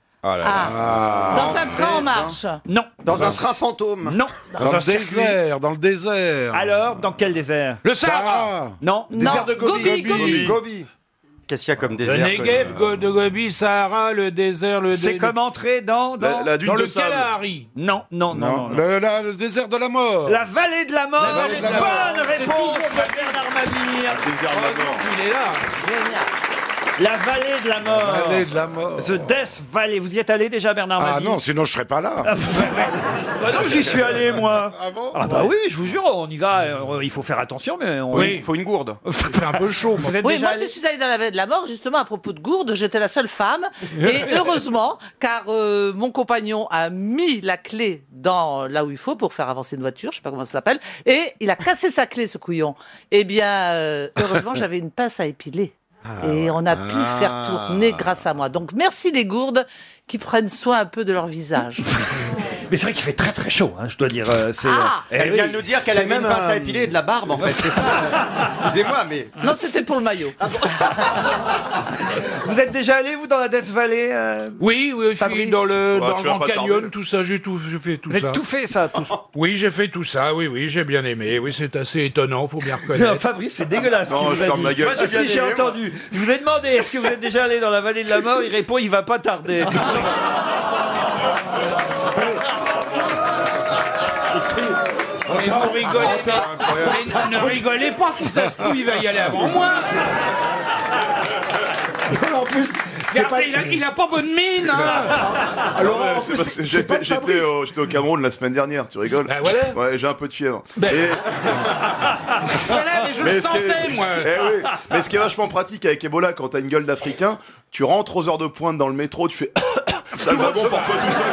Ah. Dans un train en marche. Non. Dans un Dans- train fantôme. Non. Dans le un circuit. désert, dans le désert. Alors, dans quel désert? Le Sahara. Sahara. Non. Désert de Gobi. Gobi, Gobi. Gobi. Qu'est-ce qu'il y a comme Le désert Negev, Go- de Gobi, Sahara, le désert, le... C'est dé- comme entrer dans... dans... La, la dune Dans de le sable. Kalahari. Non, non, non, non. Non, non. le, la- le désert de la mort. La vallée de la mort. La vallée de la Bonne mort. réponse de Bernard Mabille. Désert de la mort. Il est là. La vallée de la mort. La vallée de la mort. The Death Valley. Vous y êtes allé déjà, Bernard Ah Mabille? non, sinon je serais pas là. Bah non, j'y suis allé, moi. Ah bon Ah bah oui, je vous jure, on y va. euh, Il faut faire attention, mais on... Oui. Il faut une gourde. C'est un peu chaud. moi. Vous êtes Oui, déjà moi allé je suis allée dans la vallée de la mort, justement à propos de gourde, j'étais la seule femme. Et heureusement, car euh, mon compagnon a mis la clé dans là où il faut pour faire avancer une voiture, je sais pas comment ça s'appelle, et il a cassé sa clé, ce couillon. Eh bien, euh, heureusement, j'avais une pince à épiler. Et on a pu faire tourner grâce à moi. Donc merci les gourdes qui prennent soin un peu de leur visage. Mais c'est vrai qu'il fait très très chaud, hein, je dois dire. euh, c'est, Ah euh, Elle oui, vient de nous dire qu'elle c'est avait même même pince un- à épiler et de la barbe, en fait. C'est ça. Excusez-moi, mais... Non, c'était pour le maillot. Vous êtes déjà allé, vous, dans la Death Valley euh, Oui, oui, je suis Fabrice dans le, Ouais, dans tu le vas Grand pas Canyon, tarder. tout ça, j'ai tout, j'ai fait tout Vous ça. avez tout fait, ça tout... Oui, j'ai fait tout ça, oui, oui, j'ai bien aimé. Oui, c'est assez étonnant, faut bien Non, reconnaître. Fabrice, c'est dégueulasse ce Non, qu'il je vous a ferme dit. ma gueule. Moi, Moi, j'ai si, bien j'ai aimé, moi. entendu. Je vous ai demandé, est-ce que vous êtes déjà allé dans la vallée de la mort? Il répond, il va pas tarder. Mais vous rigolez pas. Mais ne rigolez pas, si ça se trouve, il va y aller avant moi. En plus, Regardez, il, a, il a pas bonne mine, hein. Alors, en c'est plus, parce que c'est j'étais pas de j'étais Fabrice. au, j'étais au Cameroun la semaine dernière, tu rigoles? Ben voilà. Ouais, j'ai un peu de fièvre. Ben. Et- Voilà, mais je Mais le ce qui est- sentais, moi. Eh oui. Mais ce qui est vachement pratique avec Ebola, quand t'as une gueule d'Africain, tu rentres aux heures de pointe dans le métro, tu fais... Ça le wagon pour toi tout seul.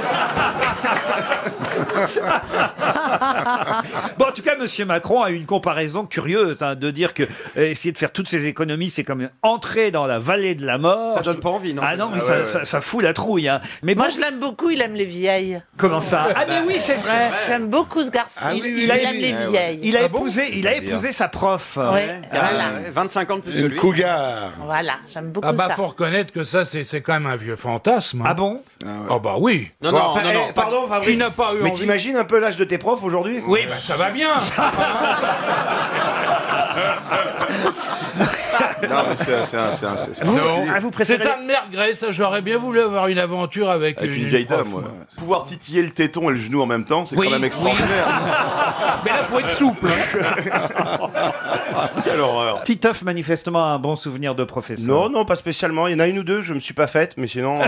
Bon, en tout cas, Monsieur Macron a eu une comparaison curieuse, hein, de dire que euh, essayer de faire toutes ces économies, c'est comme entrer dans la vallée de la mort. Ça donne pas envie, non? Ah non, mais Ah ça, ouais, ouais. Ça, ça fout la trouille. Hein. Mais Moi bon, je l'aime beaucoup, il aime les vieilles. comment ça? Ah mais oui, c'est vrai. J'aime beaucoup ce garçon. Ah il, oui, il oui, aime oui. les Ah ouais. vieilles. Il a Ah bon épousé, il a épousé sa prof. Ouais, voilà. Ouais, vingt-cinq ans de plus que Une lui. cougar. Voilà, j'aime beaucoup Ah bah, ça. faut reconnaître que ça, c'est c'est quand même un vieux fantasme. hein. Ah bon? Ah bah oui. Non, Bon, non, enfin, non, eh, non. pas- pardon, Qui Fabrice. n'a pas eu Mais envie t'imagines un peu l'âge de tes profs aujourd'hui? Oui, bah ça va bien. Non, mais c'est c'est un, c'est un, c'est Vous- particulier. ah, vous préférez- C'est un de mes regrets, ça. J'aurais bien voulu avoir une aventure avec, Avec une vieille prof, dame, ouais. moi. Pouvoir titiller le téton et le genou en même temps, c'est Oui, quand même oui. extraordinaire. Mais là, faut être souple. hein. Quelle horreur. Titoff, manifestement, a un bon souvenir de professeur. Non, non, pas spécialement. Il y en a une ou deux, je me suis pas faite, mais sinon. euh,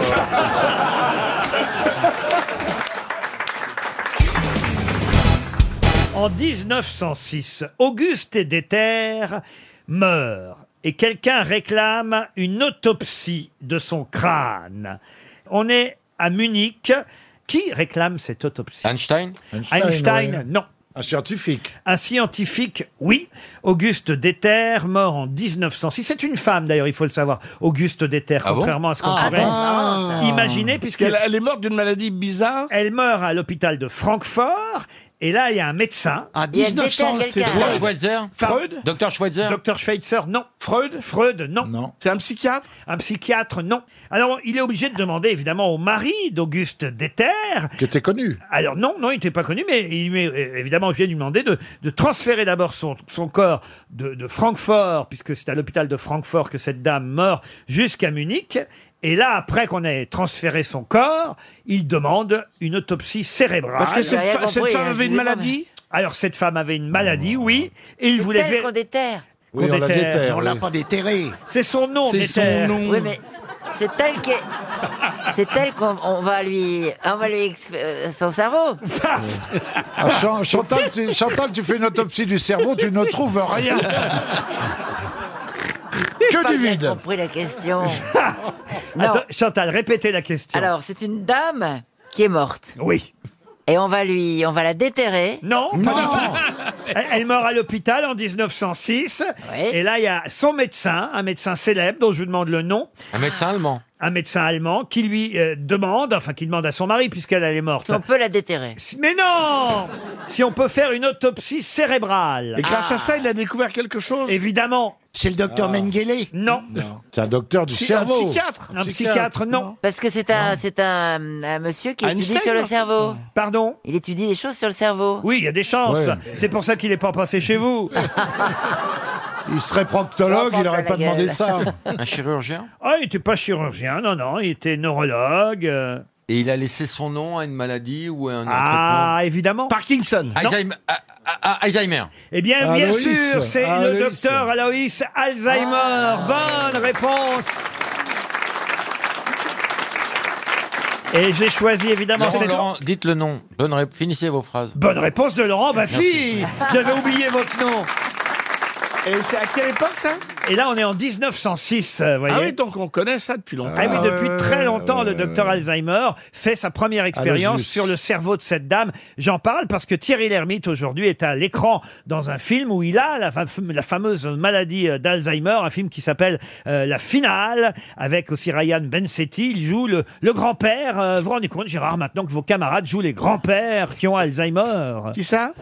En dix-neuf cent six, Auguste Deter meurt et quelqu'un réclame une autopsie de son crâne. On est à Munich. Qui réclame cette autopsie? Einstein Einstein, Einstein, ouais. non. Un scientifique. Un scientifique, oui. Auguste Deter, mort en dix-neuf cent six. C'est une femme, d'ailleurs, il faut le savoir. Auguste Deter, Ah bon contrairement à ce qu'on Ah, pourrait ah. imaginer, puisqu'elle Elle, elle est morte d'une maladie bizarre. elle meurt à l'hôpital de Francfort. Et là, il y a un médecin. À Et elle dix-neuf cents. déterre quelqu'un. Schwe- Schweitzer Freud Docteur Schweitzer Docteur Schweitzer, non. Freud Freud, non. Non. C'est un psychiatre. Un psychiatre, non. Alors, il est obligé de demander, évidemment, au mari d'Auguste Deter. Qui était connu. Alors, non, non, il n'était pas connu, mais il est euh, évidemment obligé de lui demander de, de transférer d'abord son, son corps de, de Francfort, puisque c'est à l'hôpital de Francfort que cette dame meurt, jusqu'à Munich. Et là, après qu'on ait transféré son corps, il demande une autopsie cérébrale. Parce que j'ai cette, rien fa- cette compris, femme hein, avait une excusez-moi, maladie. Alors, cette femme avait une maladie, oui, et il C'est voulait... elle ver- qu'on déterre. Oui, Qu'on on la déterre. déterre. On l'a oui. pas déterré. C'est son nom, C'est son Deter. nom. Oui, mais c'est elle qui est... C'est elle qu'on on va lui... On va lui... exp- euh, son cerveau. Ah, Chan- Chantal, tu, Chantal, tu fais une autopsie du cerveau, tu ne trouves rien. J'ai Que pas du bien vide. compris la question. Non. Attends, Chantal, répétez la question. Alors, c'est une dame qui est morte. Oui. Et on va lui... On va la déterrer. Non, pas Non. du tout. Elle, elle meurt à l'hôpital en dix-neuf cent six. Oui. Et là, il y a son médecin, un médecin célèbre dont je vous demande le nom, Un médecin allemand. un médecin allemand, qui lui euh, demande, enfin qui demande à son mari, puisqu'elle elle est morte. On peut la déterrer. Si- Mais non, si on peut faire une autopsie cérébrale. Et grâce à ça, il a découvert quelque chose. Évidemment, C'est le docteur Mengele. non. C'est un docteur du Si, un cerveau. psychiatre. Un psychiatre, non. Parce que c'est un, c'est un, un monsieur qui étudie Einstein, sur le non cerveau. Pardon? Il étudie les choses sur le cerveau. Oui, il y a des chances. Ouais. C'est pour ça qu'il n'est pas passé chez vous. Il serait proctologue, il n'aurait la pas demandé gueule. ça. Un chirurgien Ah, il n'était pas chirurgien, non, non, il était neurologue. euh. Et il a laissé son nom à une maladie ou à un Ah, évidemment. Parkinson. Non. Alzheimer. Ah, ah, ah, Alzheimer. Eh bien, bien Aloïs. sûr, c'est le Aloïs. docteur Aloïs Alzheimer. Bonne réponse. Et j'ai choisi évidemment Laurent, cette... Laurent, dites le nom. Bonne ré- Finissez vos phrases. Bonne réponse de Laurent Baffy. J'avais oublié votre nom. Et c'est à quelle époque ça? Et là, on est en dix-neuf cent six, euh, voyez. Ah oui, donc on connaît ça depuis longtemps. Ah oui, depuis très longtemps, le docteur Alzheimer fait sa première expérience Aloysius. sur le cerveau de cette dame. J'en parle parce que Thierry Lhermitte, aujourd'hui, est à l'écran dans un film où il a la, fam- la fameuse maladie euh, d'Alzheimer, un film qui s'appelle euh, La Finale, avec aussi Ryan Bensetti. Il joue le, le grand-père. Euh, vous vous rendez compte, Gérard, maintenant que vos camarades jouent les grands-pères qui ont Alzheimer? Qui ça?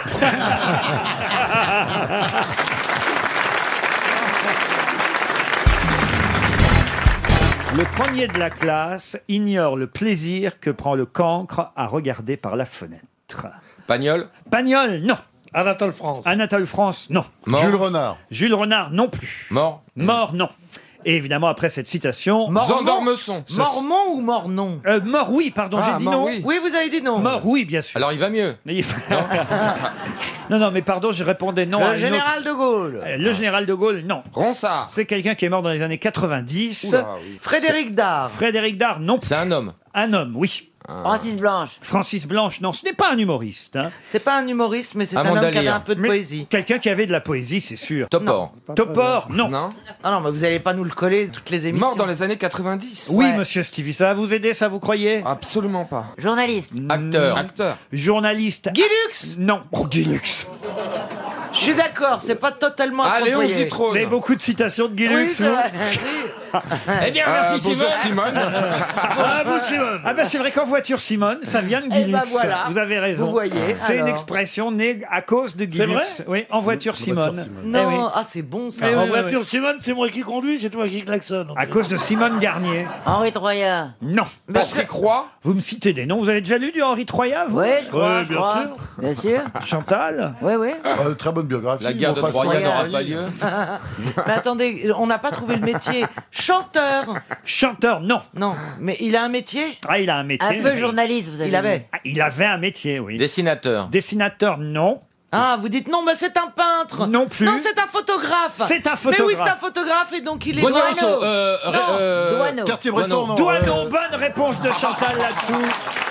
Le premier de la classe ignore le plaisir que prend le cancre à regarder par la fenêtre. Pagnol. Pagnol, non. Anatole France. Anatole France, non. Mort. Jules Renard. Jules Renard, non plus. Mort. Mort, non. Et évidemment, après cette citation... Zandormesson. Mormon ou mort non? Euh, mort, oui, pardon, Ah, j'ai dit mort, non. oui. Oui, vous avez dit non. Mort, oui, bien sûr. Alors il va mieux. non, non, mais pardon, je répondais non à Le une autre- général de Gaulle. Euh, Le général de Gaulle, non. Ronsard. C'est quelqu'un qui est mort dans les années quatre-vingt-dix. Oula, oui. Frédéric Dard. Frédéric Dard, non. C'est un homme. Un homme, oui. Francis Blanche. Francis Blanche, non, ce n'est pas un humoriste. hein. C'est pas un humoriste, mais c'est un Amanda homme qui avait Lear. un peu de Mais poésie. Quelqu'un qui avait de la poésie, c'est sûr. Topor. Topor, non. Non. Ah non, mais vous allez pas nous le coller toutes les émissions. Mort dans les années quatre-vingt-dix. Oui, Ouais. monsieur Stevie, ça va vous aider, ça, vous croyez Absolument pas. Journaliste. Acteur. Acteur. Journaliste. Guy Lux. Non. Oh, Guy Lux. Je suis d'accord, c'est pas totalement Allez, on approprié. s'y trône. Vous avez beaucoup de citations de Guy Oui, Lux, c'est vous vrai. Oui. Eh bien, merci, Euh, bonjour, Simone. Simone. Ah, vous, Simone. Ah ben c'est vrai qu'en voiture Simone, ça vient de Eh Guilux. ben voilà. Vous avez raison. Vous voyez, C'est une alors. expression née à cause de C'est Guilux. vrai Oui, en voiture Simone. Non, Eh oui. ah c'est bon ça. Eh oui, En oui, voiture, Simone, c'est moi qui conduis, c'est toi qui klaxonne. À cause de Simone Garnier. Henri Troyat. Non. Henri Croix. Vous me citez des noms. Vous avez déjà lu du Henri Troyat, vous Oui, je crois, Ouais, je bien crois. sûr. Bien sûr. Chantal Oui, oui. Euh, très bonne biographie. La guerre de Troyes n'aura pas lieu. Mais attendez, on n'a pas trouvé le métier. Chanteur. Chanteur, non. Non, mais il a un métier. Ah, il a un métier. Un peu journaliste, vous avez Il avait. Ah, il avait un métier, oui. Dessinateur. Dessinateur, non. Ah, vous dites non, mais c'est un peintre. Non plus. Non, c'est un photographe. C'est un Mais photographe. oui, c'est un photographe et donc il est Boineau, Douaneau. euh, Non, euh, Douaneau. Cartier-Bresson, non. Douaneau, euh, bonne réponse de Chantal là-dessous.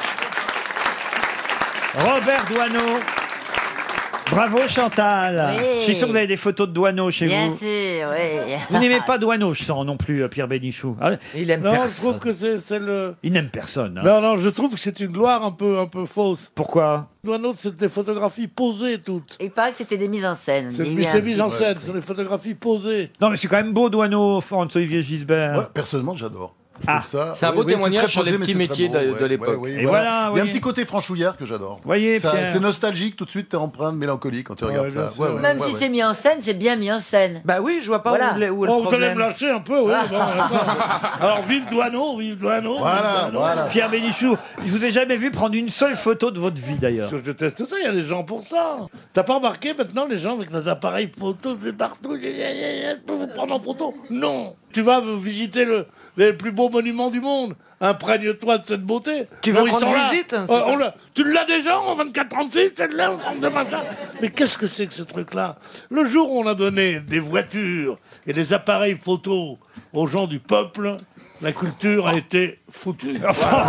Robert Douaneau. Bravo Chantal. Oui. Je suis sûr que vous avez des photos de Douaneau chez Bien vous. sûr, oui. Vous n'aimez pas Douaneau, je sens non plus, euh, Pierre Bénichou. Ah, Il aime Non, je personne. trouve que c'est c'est le. il n'aime personne. hein. Non, non, je trouve que c'est une gloire un peu, un peu fausse. Pourquoi Douaneau, c'est des photographies posées toutes. Il paraît que c'était des mises en scène. C'est Il y a eu un c'est mis en petit- scène, c'est des photographies posées. Non, mais c'est quand même beau Douaneau, François-Olivier Gisbert. Ouais, personnellement, j'adore. Je Ah. trouve ça- C'est un beau oui, oui, témoignage très sur les posé, mais petits c'est très métiers beau, de- ouais, de l'époque. ouais, ouais, Et voilà, Il y a oui. un petit côté franchouillard que j'adore. Voyez, Ça- Pierre. C'est nostalgique, tout de suite, t'es empreint de mélancolie quand tu Ouais, regardes bien ça. sûr. Ouais, ouais, Même ouais, si ouais. c'est mis en scène, c'est bien mis en scène. Bah oui, je vois pas Voilà. où, le- où est le Oh, vous allez me problème. lâcher un peu, oui. bon, d'accord. Alors, vive Douaneau, vive Douaneau. Voilà, vive Douaneau. voilà. Pierre Bénichou, je vous ai jamais vu prendre une seule photo de votre vie d'ailleurs. Parce que je teste ça, il y a des gens pour ça. T'as pas remarqué maintenant les gens avec des appareils photo, c'est partout. Je peux vous prendre en photo? Non. Tu vas visiter le, les plus beaux monuments du monde. Imprègne-toi de cette beauté. Tu veux Non, ils rendre sont là. visite, Euh, c'est ça on l'a- Tu l'as déjà en vingt-quatre trente-six, celle-là, en forme de machin. Mais qu'est-ce que c'est que ce truc-là? Le jour où on a donné des voitures et des appareils photo aux gens du peuple, la culture a été foutue.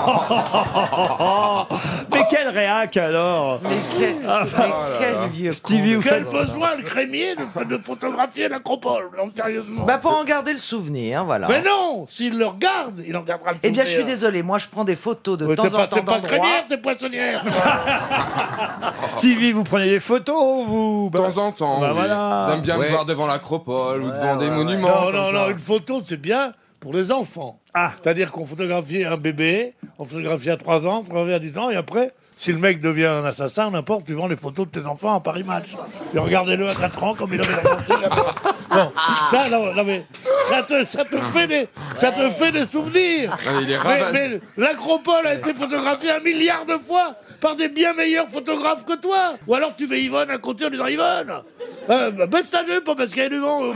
Mais quel réac alors. Mais quel, Ah, mais quel vieux Stevie, vous Quel faites... besoin, le crémier, de, de photographier l'acropole? Non, sérieusement. Bah pour en garder le souvenir, voilà. Mais non, s'il le regarde, il en gardera le Eh bien, je suis souvenir. désolé. Moi, je prends des photos de Ouais, temps t'es pas, en temps t'es pas d'endroits. crémière, t'es poissonnière. Stevie, vous prenez des photos, vous De temps en temps. Bah oui. voilà. J'aime bien Ouais. me voir devant l'acropole ou devant des monuments. Non, comme non, ça. non, une photo, c'est bien pour les enfants. Ah. C'est-à-dire qu'on photographie un bébé, on photographie à trois ans, on photographie à dix ans, et après, si le mec devient un assassin, n'importe, tu vends les photos de tes enfants à Paris Match. Et regardez-le à quatre ans, comme il avait raconté là-bas. Bon, ça, non, non, mais ça te, ça te fait des, ça te fait des souvenirs. Ah, il est Mais, ravagé. mais l'acropole a été photographiée un milliard de fois par des bien meilleurs photographes que toi. Ou alors tu mets Yvonne à côté en disant Yvonne, euh, bah, baisse ta jupe parce qu'il y a du vent. Non, non,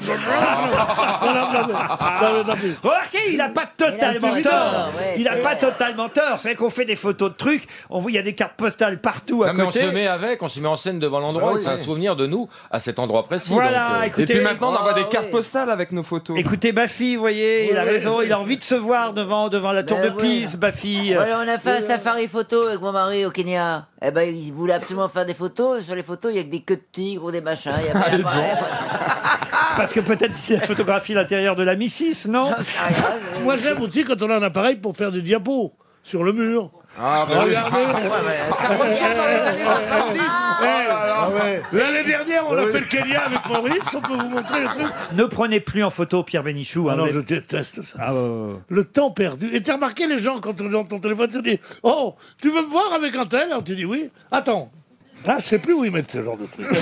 non, non, non, non, mais- Remarquez, il n'a pas totalement Il a tort. tort, ouais, Il n'a c'est pas vrai. totalement tort. C'est vrai qu'on fait des photos de trucs. On voit, il y a des cartes postales partout à Non, mais on côté. se met avec, on se met en scène devant l'endroit, Ah et oui, c'est un oui. souvenir de nous à cet endroit précis. Voilà, donc, euh, écoutez. Et puis maintenant, on envoie Ah, des cartes oui. postales avec nos photos. Écoutez, Baffy, vous voyez, il a Ouais. raison. Il a envie de se voir devant, devant la tour Ben de ouais. Pise, Baffy. Voilà, on a fait un safari photo avec mon mari au Kenya. Eh ben, il voulait absolument faire des photos. Sur les photos, il y a que des queues de tigre ou des machins. Il y a pas Allez, d'appareil. Parce que peut-être qu'il a photographié l'intérieur de la Missis, non Moi, j'aime aussi quand on a un appareil pour faire des diapos sur le mur. Ah, bah oui. Regardez. Ça revient dans les années soixante-dix. Eh, Ah ouais. L'année dernière, on a fait le Kenya avec Maurice. On peut vous montrer le truc. Ne prenez plus en photo Pierre Bénichou. Ah hein, non, vous je êtes- déteste ça. Ah, ouais, ouais, ouais. Le temps perdu. Et t'as remarqué les gens quand dans ton téléphone, tu dis oh, tu veux me voir avec un tel? Alors tu dis oui. Attends. Là, je sais plus où ils mettent ce genre de truc.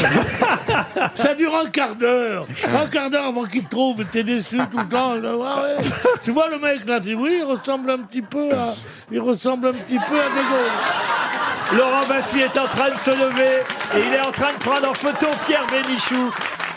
Ça dure un quart d'heure. Un quart d'heure avant qu'ils te trouvent. T'es déçu tout le temps. Là, ah ouais. Tu vois le mec là, tu dis oui, il ressemble un petit peu à, il ressemble un petit peu à De Gaulle. Laurent Baffy est en train de se lever et il est en train de prendre en photo Pierre Bénichou.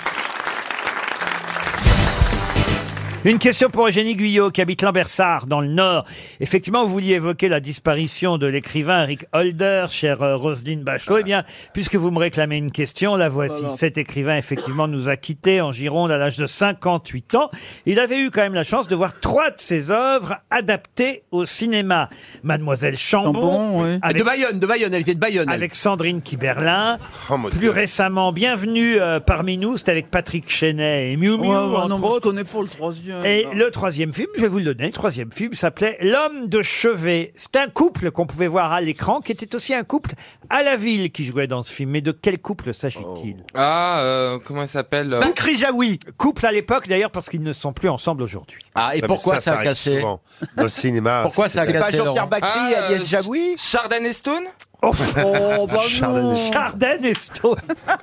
Une question pour Eugénie Guyot, qui habite Lambersart, dans le Nord. Effectivement, vous vouliez évoquer la disparition de l'écrivain Eric Holder, chère euh, Roselyne Bachelot. Eh bien, puisque vous me réclamez une question, la voici. Voilà. Cet écrivain, effectivement, nous a quittés en Gironde à l'âge de cinquante-huit ans. Il avait eu quand même la chance de voir trois de ses œuvres adaptées au cinéma. Mademoiselle Chambon, Chambon, oui. avec, De Bayonne, de Bayonne, elle était de Bayonne. elle. avec Sandrine Kiberlin. Oh, mon Plus Dieu. récemment, bienvenue euh, parmi nous, c'était avec Patrick Chenet et Miu Miu, Ouais, ouais, entre non, mais je autres. connais pas le troisième. Et le troisième film, je vais vous le donner, le troisième film s'appelait L'homme de chevet. C'est un couple qu'on pouvait voir à l'écran, qui était aussi un couple à la ville qui jouait dans ce film. Mais de quel couple s'agit-il? Ah, euh, comment il s'appelle euh, Bakri Jaoui. Couple à l'époque d'ailleurs parce qu'ils ne sont plus ensemble aujourd'hui. Ah, et mais pourquoi ça, a arrive cassé souvent Dans le cinéma. Pourquoi ça a c'est- cassé, c'est pas Jean-Pierre Laurent Bacri, Ah, Agnès euh, Jaoui Chardin et Stone Oh, bah Chardin non. et- Chardin et Stone.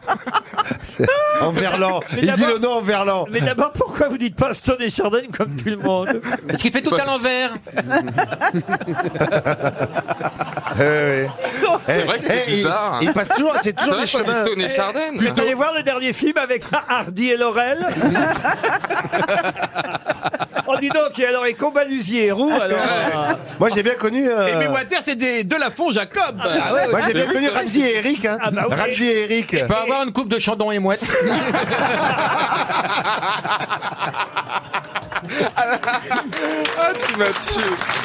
En verlan. Mais Il dit d'abord- le nom en verlan. Mais d'abord, pourquoi vous dites pas Stone et Chardin comme tout le monde? Parce qu'il fait tout à l'envers. Eh, oui. C'est vrai que c'est Eh, il- bizarre. Il passe toujours, c'est toujours C'est des vrai qu'on dit chemins. Stone et Chardin. Vous allez voir le dernier film avec Hardy et Laurel. On dit donc, et alors, et Combalusier et Roux, alors. euh, Moi j'ai bien connu. euh, Et mes Water, c'est des de la fond Jacob. ah ouais, Moi ouais. j'ai bien connu Ramsey et Eric. Hein. Ah bah oui. Ramsey et Eric. Je peux avoir une coupe de Chandon et Mouette. Ah, tu m'as tué.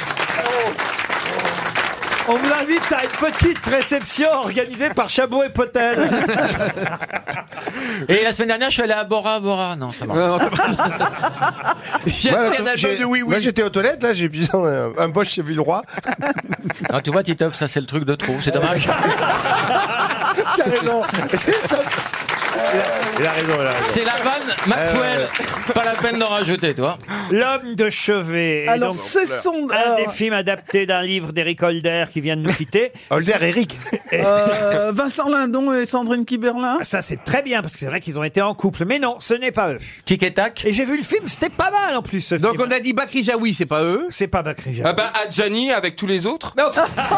On vous invite à une petite réception organisée par Chabot et Potel. Et la semaine dernière, je suis allé à Bora Bora. Non, ça marche. J'ai Moi, fait un j'ai- album de Oui moi Oui. j'étais aux toilettes, là j'ai pisé un, un boche chez Villeroy. Ah, tu vois, Titoff, ça c'est le truc de trop. C'est dommage. T'as raison. Est-ce que ça- Il a, il a raison, il a raison. C'est la vanne Maxwell. Pas la peine d'en rajouter, toi. L'homme de chevet. Et Alors, donc, c'est son. un des films adaptés d'un livre d'Éric Holder qui vient de nous quitter. Holder, Eric. Euh, Vincent Lindon et Sandrine Kiberlin. Ça, c'est très bien, parce que c'est vrai qu'ils ont été en couple. Mais non, ce n'est pas eux. Tic et tac. Et j'ai vu le film, c'était pas mal en plus, ce Donc film. on a dit Bakri Jaoui, c'est pas eux. C'est pas Bakri Jaoui. Ah bah, Adjani avec tous les autres. Non.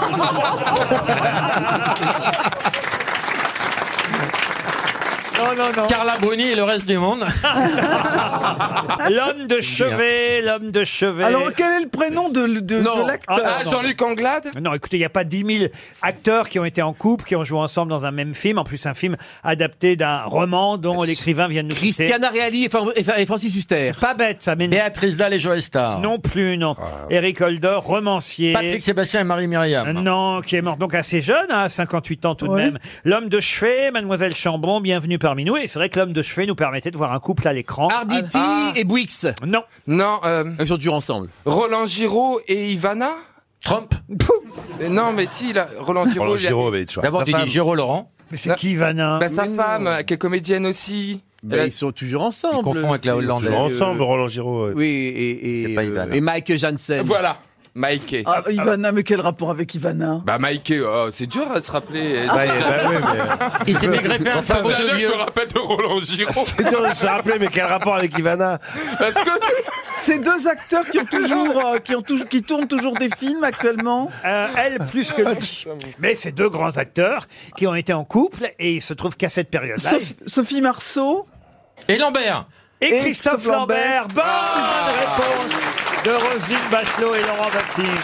Non, non, non. Carla Bruni et le reste du monde. L'homme de chevet, l'homme de chevet. Alors, quel est le prénom de, de, de Non. l'acteur Ah, Jean-Luc Anglade. Non, écoutez, il n'y a pas dix mille acteurs qui ont été en couple, qui ont joué ensemble dans un même film. En plus, un film adapté d'un roman dont l'écrivain vient de nous quitter. Christiana Reali et, Fran- et Fra- et Francis Huster. Pas bête, ça, mais Béatrice Dalle et Joe Star. non plus, non. Eric Holder, romancier. Patrick Sébastien et Marie-Myriam. Non, qui est mort donc assez jeune, hein, cinquante-huit ans tout de Ouais. même. L'homme de chevet, Mademoiselle Chambon, bienvenue parmi nous. Et c'est vrai que l'homme de chevet nous permettait de voir un couple à l'écran. Arditi Ah. et Bouix. Non. Non, euh, Ils sont toujours ensemble. Roland Giraud et Ivana. Trump. Euh, Non, mais si, là, Roland Giraud. Roland il a- Giraud, mais tu vois. D'abord, Sa tu femme. dis Giraud Laurent. Mais c'est qui, Ivana? Bah, sa femme, qui est comédienne aussi. Ben, Elle a- ils sont toujours ensemble. Il confond avec la Hollandaise. Toujours ensemble, Roland Giraud. ouais. Oui, et, et, C'est pas euh, Ivana. et Mike Janssen. Voilà, Mikey. Ah, Ivana, mais quel rapport avec Ivana? Bah, Mikey, oh, c'est dur à se rappeler. Bah, eh, bah, ouais, mais- Il s'est fait greffer un cerveau Jamais de je vieux. me rappelle de Roland Giraud. C'est dur de se rappeler, mais quel rapport avec Ivana? Parce que Ces deux acteurs qui ont toujours, euh, qui ont toujours, qui tournent toujours des films actuellement. Euh, elle plus que lui. Mais c'est deux grands acteurs qui ont été en couple et il se trouve qu'à cette période-là. Sophie, Sophie Marceau. Et Lambert. Et, Et Christophe Christophe Lambert. Lambert. Bonne réponse de Roselyne Bachelot et Laurent Baptiste.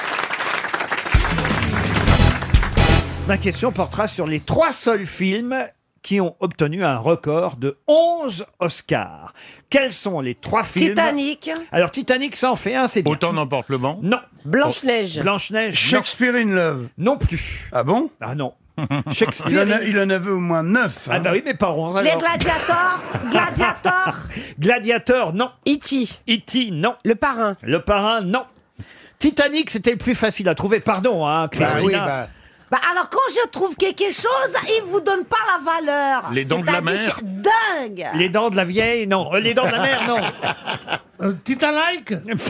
Ma question portera sur les trois seuls films qui ont obtenu un record de onze Oscars. Quels sont les trois films? Titanic. Alors Titanic, ça en fait un, c'est bien. Autant n'emporte le vent. Non. Blanche-Neige. Blanche-Neige. non. Shakespeare in Love. Non plus. Ah bon? Ah non. Il Shakespeare. en, a, il en avait au moins neuf. Ah hein. bah oui, mais pas onze Les alors. gladiators. Gladiator. Gladiator, non. E T. E T, non. Le parrain. Le parrain, non. Titanic, c'était le plus facile à trouver. Pardon, hein, Bah Christina. oui, bah, Bah alors quand je trouve quelque chose, il vous donne pas la valeur. Les dents de la C'est-à-dire, mer. c'est dingue. Les dents de la vieille, non. Euh, les dents de la mer, non. Euh, Titanic.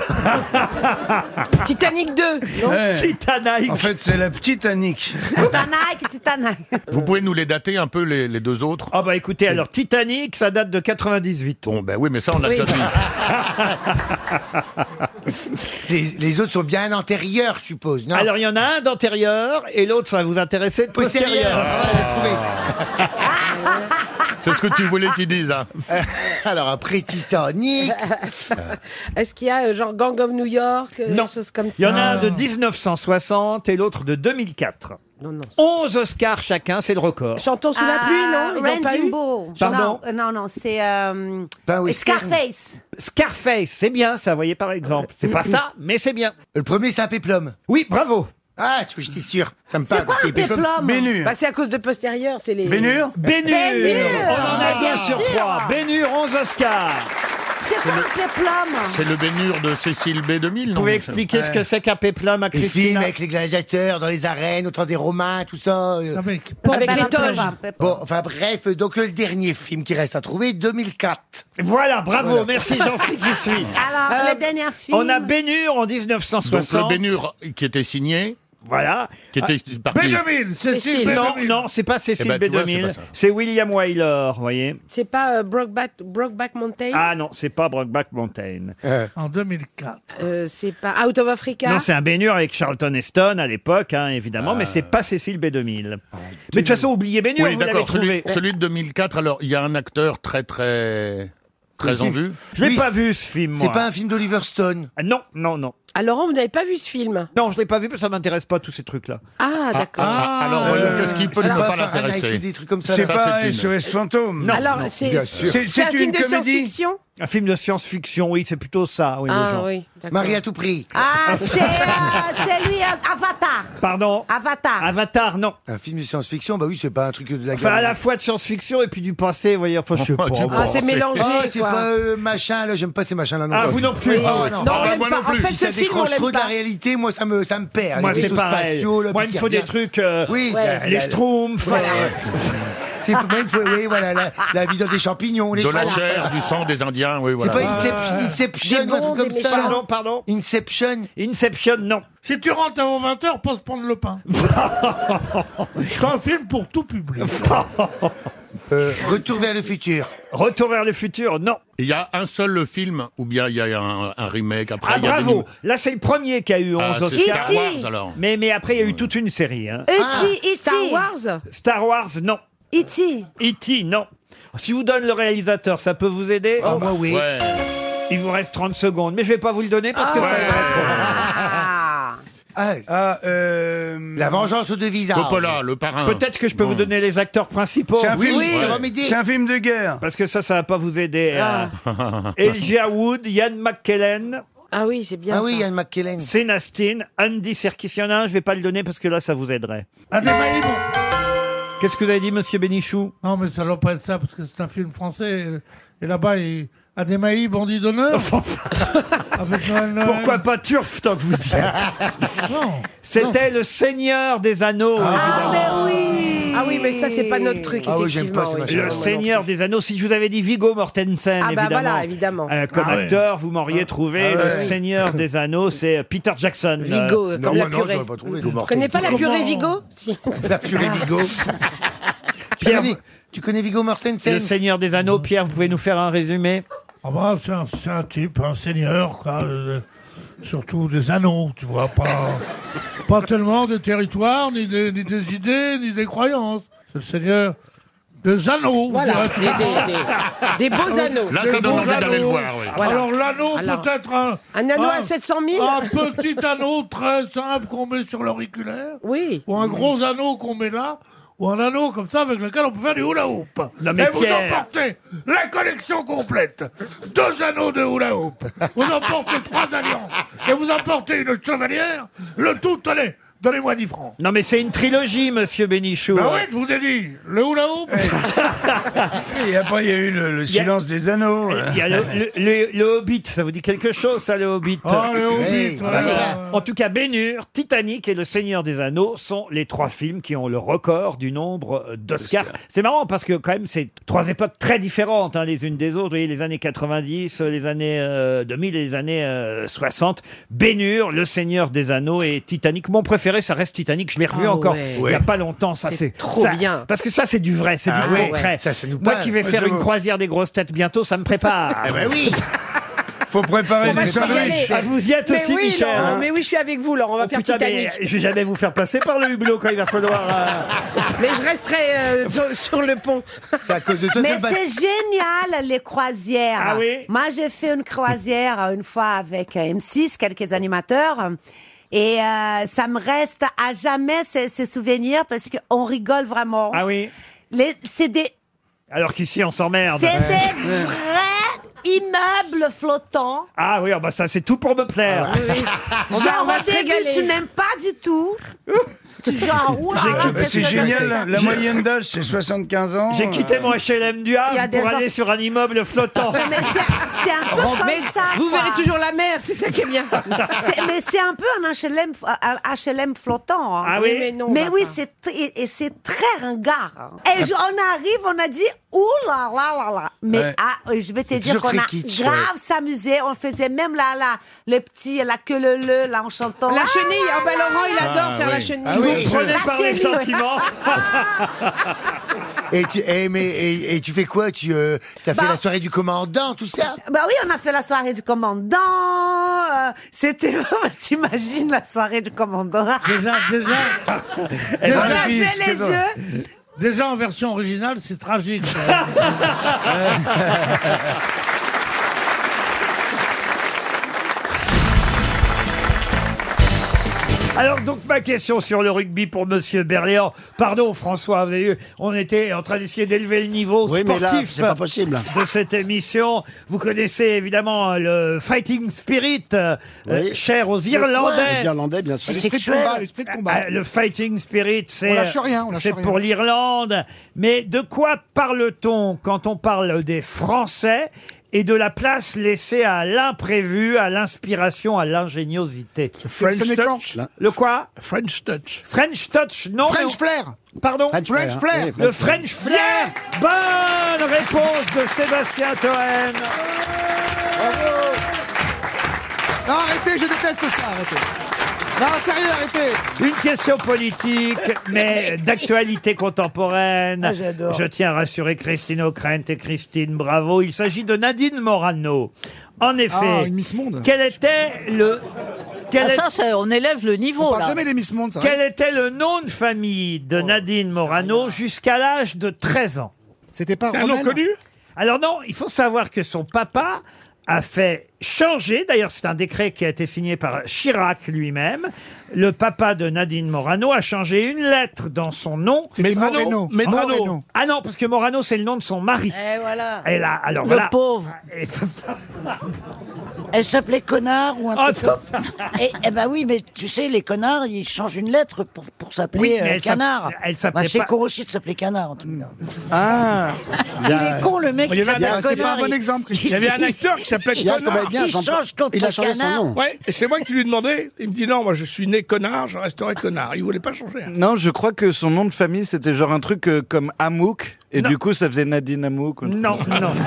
Titanic deux. Ouais. Titanic. En fait, c'est la petite Annick. Titanic, Titanic. Vous pouvez nous les dater un peu, les, les deux autres? Ah bah écoutez, alors Titanic, ça date de quatre-vingt-dix-huit. Bon, ben oui, mais ça, on l'a Oui. déjà vu. les, les autres sont bien antérieurs, je suppose, non? Alors il y en a un d'antérieur et l'autre, ça va vous intéresser, de postérieur. Ah, j'ai trouvé. C'est ce que tu voulais qu'ils disent, hein. Euh, Alors après Titanic, Est-ce qu'il y a euh, genre Gang of New York, euh, Non. des choses comme ça? Il y en a un de dix-neuf cent soixante et l'autre de deux mille quatre. Non, non. onze Oscars chacun, c'est le record. Chantons sous la pluie, non? Ils ont pas eu Raging Bull. Pardon? Non, euh, non, non, c'est euh, Ben oui, Scarface. Scarface, c'est bien ça, vous voyez par exemple. C'est pas ça, mais c'est bien. le premier c'est un péplum. Oui, bravo. Ah, tu j'étais sûr. Ça me C'est parle. quoi un Péplum. péplum? Bénur. Bah, c'est à cause de postérieur, c'est les... Bénur. Bénur. Bénur. On en a Bien deux sur sûr. trois. Bénur, onze Oscars. C'est quoi un péplum? C'est le Bénur de Cécile B deux mille, non? Vous pouvez expliquer ce que c'est qu'un péplum à Les films Christina? avec les gladiateurs dans les arènes, au temps des Romains, tout ça. euh. Avec, Avec les toges. Bon, enfin bref, donc le dernier film qui reste à trouver, deux mille quatre. Voilà, bravo, Voilà. merci Jean-Philippe qui suit. Alors, le dernier film. On a Bénur en dix-neuf cent Donc le soixante. Bénur qui était signé, Voilà. qui était par B qui deux mille, Cécile Cécile. B Non, deux mille. non, c'est pas Cécile Eh ben, tu B vois, deux c'est mille, pas ça. c'est William Wyler, vous voyez. C'est pas euh, Brokeback, Brokeback Mountain. Ah non, c'est pas Brokeback Mountain. En deux mille quatre. Euh, c'est pas Out of Africa. Non, c'est un Bénur avec Charlton Heston à l'époque, hein, évidemment, mais c'est pas Cécile B deux mille. Mais de toute façon, oubliez Bénur, Oui, vous l'avez d'accord. Celui, trouvé. celui de deux mille quatre, alors, il y a un acteur très, très, très en vue. Je l'ai Oui, pas vu ce film, moi. C'est pas un film d'Oliver Stone. Ah, non, non, non. Ah, Laurent, vous n'avez pas vu ce film? Non, je l'ai pas vu parce que ça m'intéresse pas tous ces trucs-là. Ah, d'accord. Ah, alors, voyons, Euh, qu'est-ce qui peut ne alors, pas ça, l'intéresser? avec des trucs comme ça. C'est là. pas c'est une- S O S Fantôme. Non. Alors, non, c'est bien sûr. C'est- c'est un c'est film une de comédie. science-fiction? Un film de science-fiction, oui, c'est plutôt ça, oui, les Ah gens. oui, d'accord. Marie à tout prix. Ah, c'est euh, c'est lui, euh, Avatar. Pardon Avatar. Avatar, non. Un film de science-fiction, bah oui, c'est pas un truc de la Enfin, à la galerie. fois de science-fiction et puis du passé, vous voyez, enfin, je sais pas. tu bon. penses. Ah, c'est c'est- mélangé, Ah, c'est quoi. pas euh, machin, là, j'aime pas ces machins-là non Ah, plus. vous non plus. Oui. Ah, Non, ouais, non. non, on Ah, l'aime moi pas. non En plus. fait, Si ce ça film, on décroche trop l'aime de la pas. réalité, moi, ça me, ça me perd. Moi, Les c'est vaisseaux pareil. spatiaux, le Moi, il me pic faut des rien. trucs. euh, Oui, Ouais. la- Les la- Schtroumpfs. Voilà. euh, C'est pour moi, il faut, oui, voilà, la, la viande des champignons, les De la choses. chair, du sang des Indiens, oui, C'est voilà. pas Inception, Inception Des ou un bons, truc comme des ça. méchants. Pardon, pardon. Inception. Inception, non. Si tu rentres avant vingt heures, pas se prendre le pain. C'est un film pour tout public. Euh, Retour vers le futur. Retour vers le futur, non. Il y a un seul film, ou bien il y a un, un remake après. Ah, il y a des bravo. num- Là, c'est le premier qui a eu Ah, onze c'est Oscars. Star Wars, alors. Mais, mais après, il y a eu toute une série. Hein. E T, Ah, E T. Star Wars. Star Wars, non. E T. E T, non. Si je vous donne le réalisateur, ça peut vous aider Ah, moi, oui. Ouais. Il vous reste trente secondes, mais je vais pas vous le donner parce que ça va être trop long. Ah. Ah, Ah, euh... la vengeance aux deux visages. Coppola, le parrain. Peut-être que je peux vous donner les acteurs principaux. C'est un, Oui, film... oui, ça Ouais. va m'aider. c'est un film de guerre. Parce que ça, ça va pas vous aider. Ah. hein. Elijah Wood, Ian McKellen, Ah oui, c'est bien Ah oui, ça. Ian McKellen. Sean Astin, Andy Serkis. Il y en a un, je vais pas le donner parce que là, ça vous aiderait. Adémaï, bon. Qu'est-ce que vous avez dit, monsieur Bénichou? Non, mais ça doit pas être ça, parce que c'est un film français. Et, et là-bas, il... Adémaï, bandit d'honneur. Avec Noël Noël. Pourquoi pas Turf tant que vous y êtes? Non. C'était le Seigneur des Anneaux, Ah, évidemment. mais oui. Ah oui, mais ça, c'est pas notre truc, Ah oui, j'aime effectivement. pas ces oui. machins. Le Non, non, Seigneur des Anneaux. Si je vous avais dit Viggo Mortensen, Ah bah évidemment, voilà, évidemment. euh, comme Ah ouais. acteur, vous m'auriez trouvé. Ah le ouais. Seigneur des Anneaux, c'est Peter Jackson. euh, Vigo, Non, comme moi, la non, purée. j'aurais pas trouvé. Vous connaissez pas la Comment purée Vigo? Si. La purée Vigo. tu, Pierre, connais, tu connais Vigo Mortensen? Le Seigneur des Anneaux. Pierre, vous pouvez nous faire un résumé? Ah bah, c'est un, c'est un type, un seigneur, quoi. euh, surtout des anneaux, tu vois. Pas, pas tellement des territoires, ni des, ni des idées, ni des croyances. C'est le seigneur des anneaux. Voilà, je des, dirais. des- des- des beaux anneaux. Là, Des ça donne beaux envie d'aller le anneaux. voir, oui. Voilà. Alors l'anneau Alors, peut-être un... Un anneau un- à sept cent mille? Un petit anneau très simple qu'on met sur l'auriculaire. Oui. Ou un gros anneau qu'on met là. Ou un anneau comme ça avec lequel on peut faire du hula hoop. Non, mais Et vous Pierre. emportez la collection complète. Deux anneaux de hula hoop. Vous emportez trois alliances. Et vous emportez une chevalière. Le tout, allez, donnez-moi dix francs. Non, mais c'est une trilogie, monsieur Bénichou. Ben oui, je vous ai dit, le hula hoop. Et après, il y a eu le, le Il y a- silence des anneaux. Il y a le, le- le- le Hobbit, ça vous dit quelque chose, ça, le Hobbit? Oh, le Hobbit, Hey, voilà. voilà. En tout cas, Ben-Hur, Titanic et Le Seigneur des Anneaux sont les trois films qui ont le record du nombre euh, d'Oscars. C'est marrant parce que quand même, c'est trois époques très différentes hein, les unes des autres. Vous voyez, les années quatre-vingt-dix, euh, les années euh, deux mille et les années euh, soixante. Ben-Hur, Le Seigneur des Anneaux et Titanic. Mon préféré, ça reste Titanic. Je l'ai revu Ah encore ouais. il n'y a pas longtemps. Ça, C'est c'est trop ça- bien. Parce que ça, c'est du vrai, c'est Ah du ouais, concret. ça, ça nous Moi parle. qui vais Ouais, faire j'avoue. une croisière des grosses têtes bientôt, ça me prépare. Eh ben oui. Faut préparer On va des se régaler. sandwichs. Ah, vous y êtes Mais aussi, oui, Michel. Laurent, hein. mais oui, je suis avec vous, Laurent. On va Oh, faire putain, mais Titanic. je vais jamais vous faire passer par le hublot quand il va falloir. euh, Mais je resterai euh, sur- sur le pont. C'est à cause de toi. Mais que le c'est génial, les croisières. Ah oui? Moi, j'ai fait une croisière euh, une fois avec euh, M six, quelques animateurs. Et euh, ça me reste à jamais ces, ces souvenirs parce qu'on rigole vraiment. Ah oui. Les- C'est des, Alors qu'ici, on s'emmerde. c'est des vrais immeubles flottants. Ah oui, ah bah ça, c'est tout pour me plaire. On va, Genre on va au se début, régaler. tu n'aimes pas du tout. tu joues un rôle. J'ai alors, quitté- qu'est-ce C'est que génial, c'est la, la J'ai- moyenne d'âge c'est soixante-quinze ans. J'ai quitté mon H L M du Il y a Havre des pour aller enf- sur un immeuble flottant. Ouais, mais c'est c'est un peu comme Mais ça. vous quoi. verrez toujours la mer, c'est ça qui est bien. C'est- mais c'est un peu un H L M, f- un H L M flottant. hein. Ah oui, mais non, Mais papa. oui, c'est tr- et, et c'est très ringard. hein. Et je- on arrive, on a dit ouh là là là là. Mais Ouais. ah, euh, je vais te C'est dire toujours qu'on a très kitsch, grave ouais. s'amusé. On faisait même là là les petits, la queue le le là en chantant. La Ah, chenille, ah ben Laurent, il adore Ah, faire la oui. chenille. Ah Si vous oui. me prenez La par les chenille, ouais. sentiments. Et tu, eh, mais, et, et tu fais quoi? Tu euh, as fait Bah- la soirée du commandant, tout ça? Bah oui, on a fait la soirée du commandant. euh, C'était, t'imagines la soirée du commandant. Déjà, déjà, Eh ben, On a la joué fille, les qu'est-ce que- jeux. déjà en version originale, c'est tragique. Alors donc ma question sur le rugby pour Monsieur Berléand. Pardon François, vous avez vu, on était en train d'essayer d'élever le niveau Oui, mais là, sportif c'est pas possible. de cette émission. Vous connaissez évidemment le fighting spirit, euh, Oui. cher aux Irlandais. Les Irlandais, bien sûr. C'est sexuel. Ah, le fighting spirit, c'est On lâche rien, on lâche c'est rien. pour l'Irlande. Mais de quoi parle-t-on quand on parle des Français et de la place laissée à l'imprévu, à l'inspiration, à l'ingéniosité? French touch. Le quoi? French touch. French touch, non. mais French on- flair. Pardon? French flair. French flair. Le French flair. Bonne réponse de Sébastien Toen. Non, arrêtez, je déteste ça, arrêtez. Non, sérieux, arrêtez. Une question politique, mais d'actualité contemporaine. Ah, j'adore. Je tiens à rassurer Christine O'Krent et Christine Bravo. Il s'agit de Nadine Morano. En effet, Ah, une Miss Monde. quel était le... Quel, Ah, est- ça, ça, on élève le niveau, On parle là. jamais des Miss Monde, ça. quel était le nom de famille de Nadine Morano jusqu'à l'âge de treize ans? C'était pas C'est un nom Romaine connu? Alors non, il faut savoir que son papa a fait changer, d'ailleurs c'est un décret qui a été signé par Chirac lui-même, le papa de Nadine Morano a changé une lettre dans son nom. C'était Moreno. Medrano. Moreno. Ah non, parce que Morano c'est le nom de son mari. Et voilà. Et là, alors Le voilà. pauvre. Et- Elle s'appelait connard ou un Ah, truc comme ça. Et, eh ben oui, mais tu sais, les connards, ils changent une lettre pour, pour s'appeler Oui, mais euh, elle s'app- canard. elle s'appelait Bah, c'est pas- con aussi de s'appeler canard, en tout cas. Ah. Il est con, le mec Il y qui avait un- s'appelle c'est pas connard. un bon il- exemple. il- Il y avait un acteur qui s'appelait Il y a un Connard. comédien, Il Jean- change contre il a changé son canard. nom. Ouais, et c'est moi qui lui ai demandé. Il me dit non, moi je suis né connard, je resterai connard. Il voulait pas changer. hein. Non, je crois que son nom de famille, c'était genre un truc euh, comme Amouk, et Non. du coup, ça faisait Nadine Amouk. ou un truc Non, comme ça. non.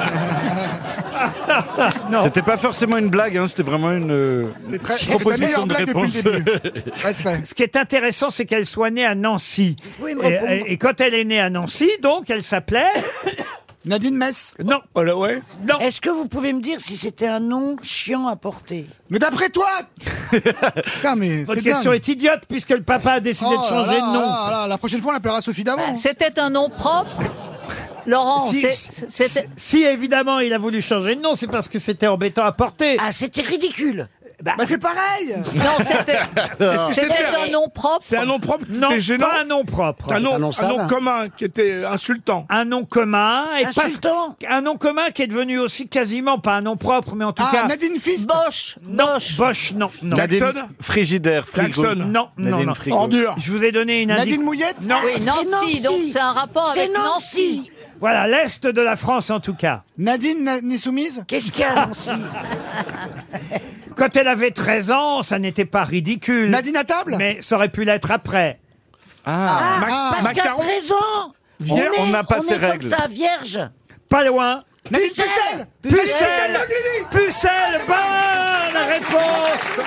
Non. C'était pas forcément une blague, hein, c'était vraiment une euh, très- c'est ta proposition meilleure de blague depuis le réponse. début. Respect. Ce qui est intéressant, c'est qu'elle soit née à Nancy. Oui, mais et, bon. et- et quand elle est née à Nancy, donc elle s'appelait... Nadine Metz. Non, Voilà, ouais. non. Est-ce que vous pouvez me dire si c'était un nom chiant à porter? Mais d'après toi Putain, mais Votre c'est question dingue. est idiote puisque le papa a décidé Oh de changer là de nom. là là, la prochaine fois, on l'appellera Sophie d'avant. C'était un nom propre. Laurent, Si, c'est- si- c'était... si, évidemment il a voulu changer de nom, c'est parce que c'était embêtant à porter. Ah, c'était ridicule. Bah, c'est pareil. Non, c'était... C'était un nom propre. C'est un nom propre qui Non, était gênant. pas un nom propre. Un nom, Un nom un sale. nom commun qui était insultant. Un nom commun et pas Insultant. un nom commun qui est devenu aussi quasiment pas un nom propre, mais en tout Ah, cas Nadine Fist. Bosch. non, Bosch. Bosch, non, non, Nadine Jackson Frigidaire, frigo. Jackson. non, non, Nadine non. Frigo. Ordure. Je vous ai donné une indication. Nadine Mouillette. Non, Oui, C'est Nancy, Nancy. donc c'est un rapport C'est avec Nancy. Nancy. voilà l'est de la France en tout cas. Nadine Na- n'est soumise. Qu'est-ce qu'il y a, Nancy? Quand elle avait treize ans, ça n'était pas ridicule. Nadine à table. Mais ça aurait pu l'être après. Ah, Ah, Mac- parce qu'à macaron. treize ans, Vierge, on on est- n'a pas on ces est comme règles. ça, vierge. Pas loin. Nadine Pucelle. Pucelle. Pucelle. Pucelle. Bonne réponse.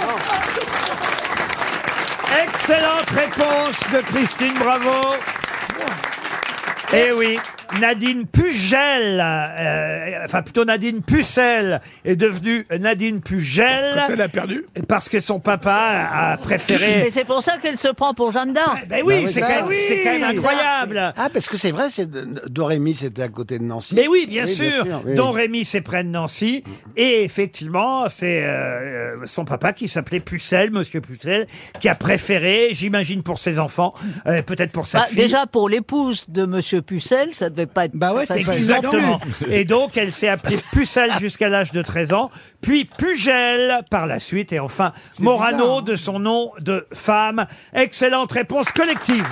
Excellente réponse de Christine Bravo. Eh oui, Nadine Pugel, euh, enfin plutôt Nadine Pucelle, est devenue Nadine Pugel. Quand elle a perdu. Parce que son papa a préféré... Et c'est pour ça qu'elle se prend pour Jeanne d'Arc. Ben oui, Bah c'est oui, quand, bah même- oui. c'est quand même incroyable. Ah, parce que c'est vrai, c'est Dorémy, c'était à côté de Nancy. Mais oui, bien Oui, sûr. oui. Don Rémy, c'est près de Nancy. Et effectivement, c'est euh, euh, son papa qui s'appelait Pucelle, Monsieur Pucelle, qui a préféré, j'imagine pour ses enfants, euh, peut-être pour sa Bah, fille. déjà, pour l'épouse de Monsieur Pucelle, ça devait devait pas être. Bah ouais, c'est facile. Exactement. Et donc, elle s'est appelée Pucelle jusqu'à l'âge de treize ans, puis Pugel par la suite, et enfin Morano bizarre, hein. de son nom de femme. Excellente réponse collective.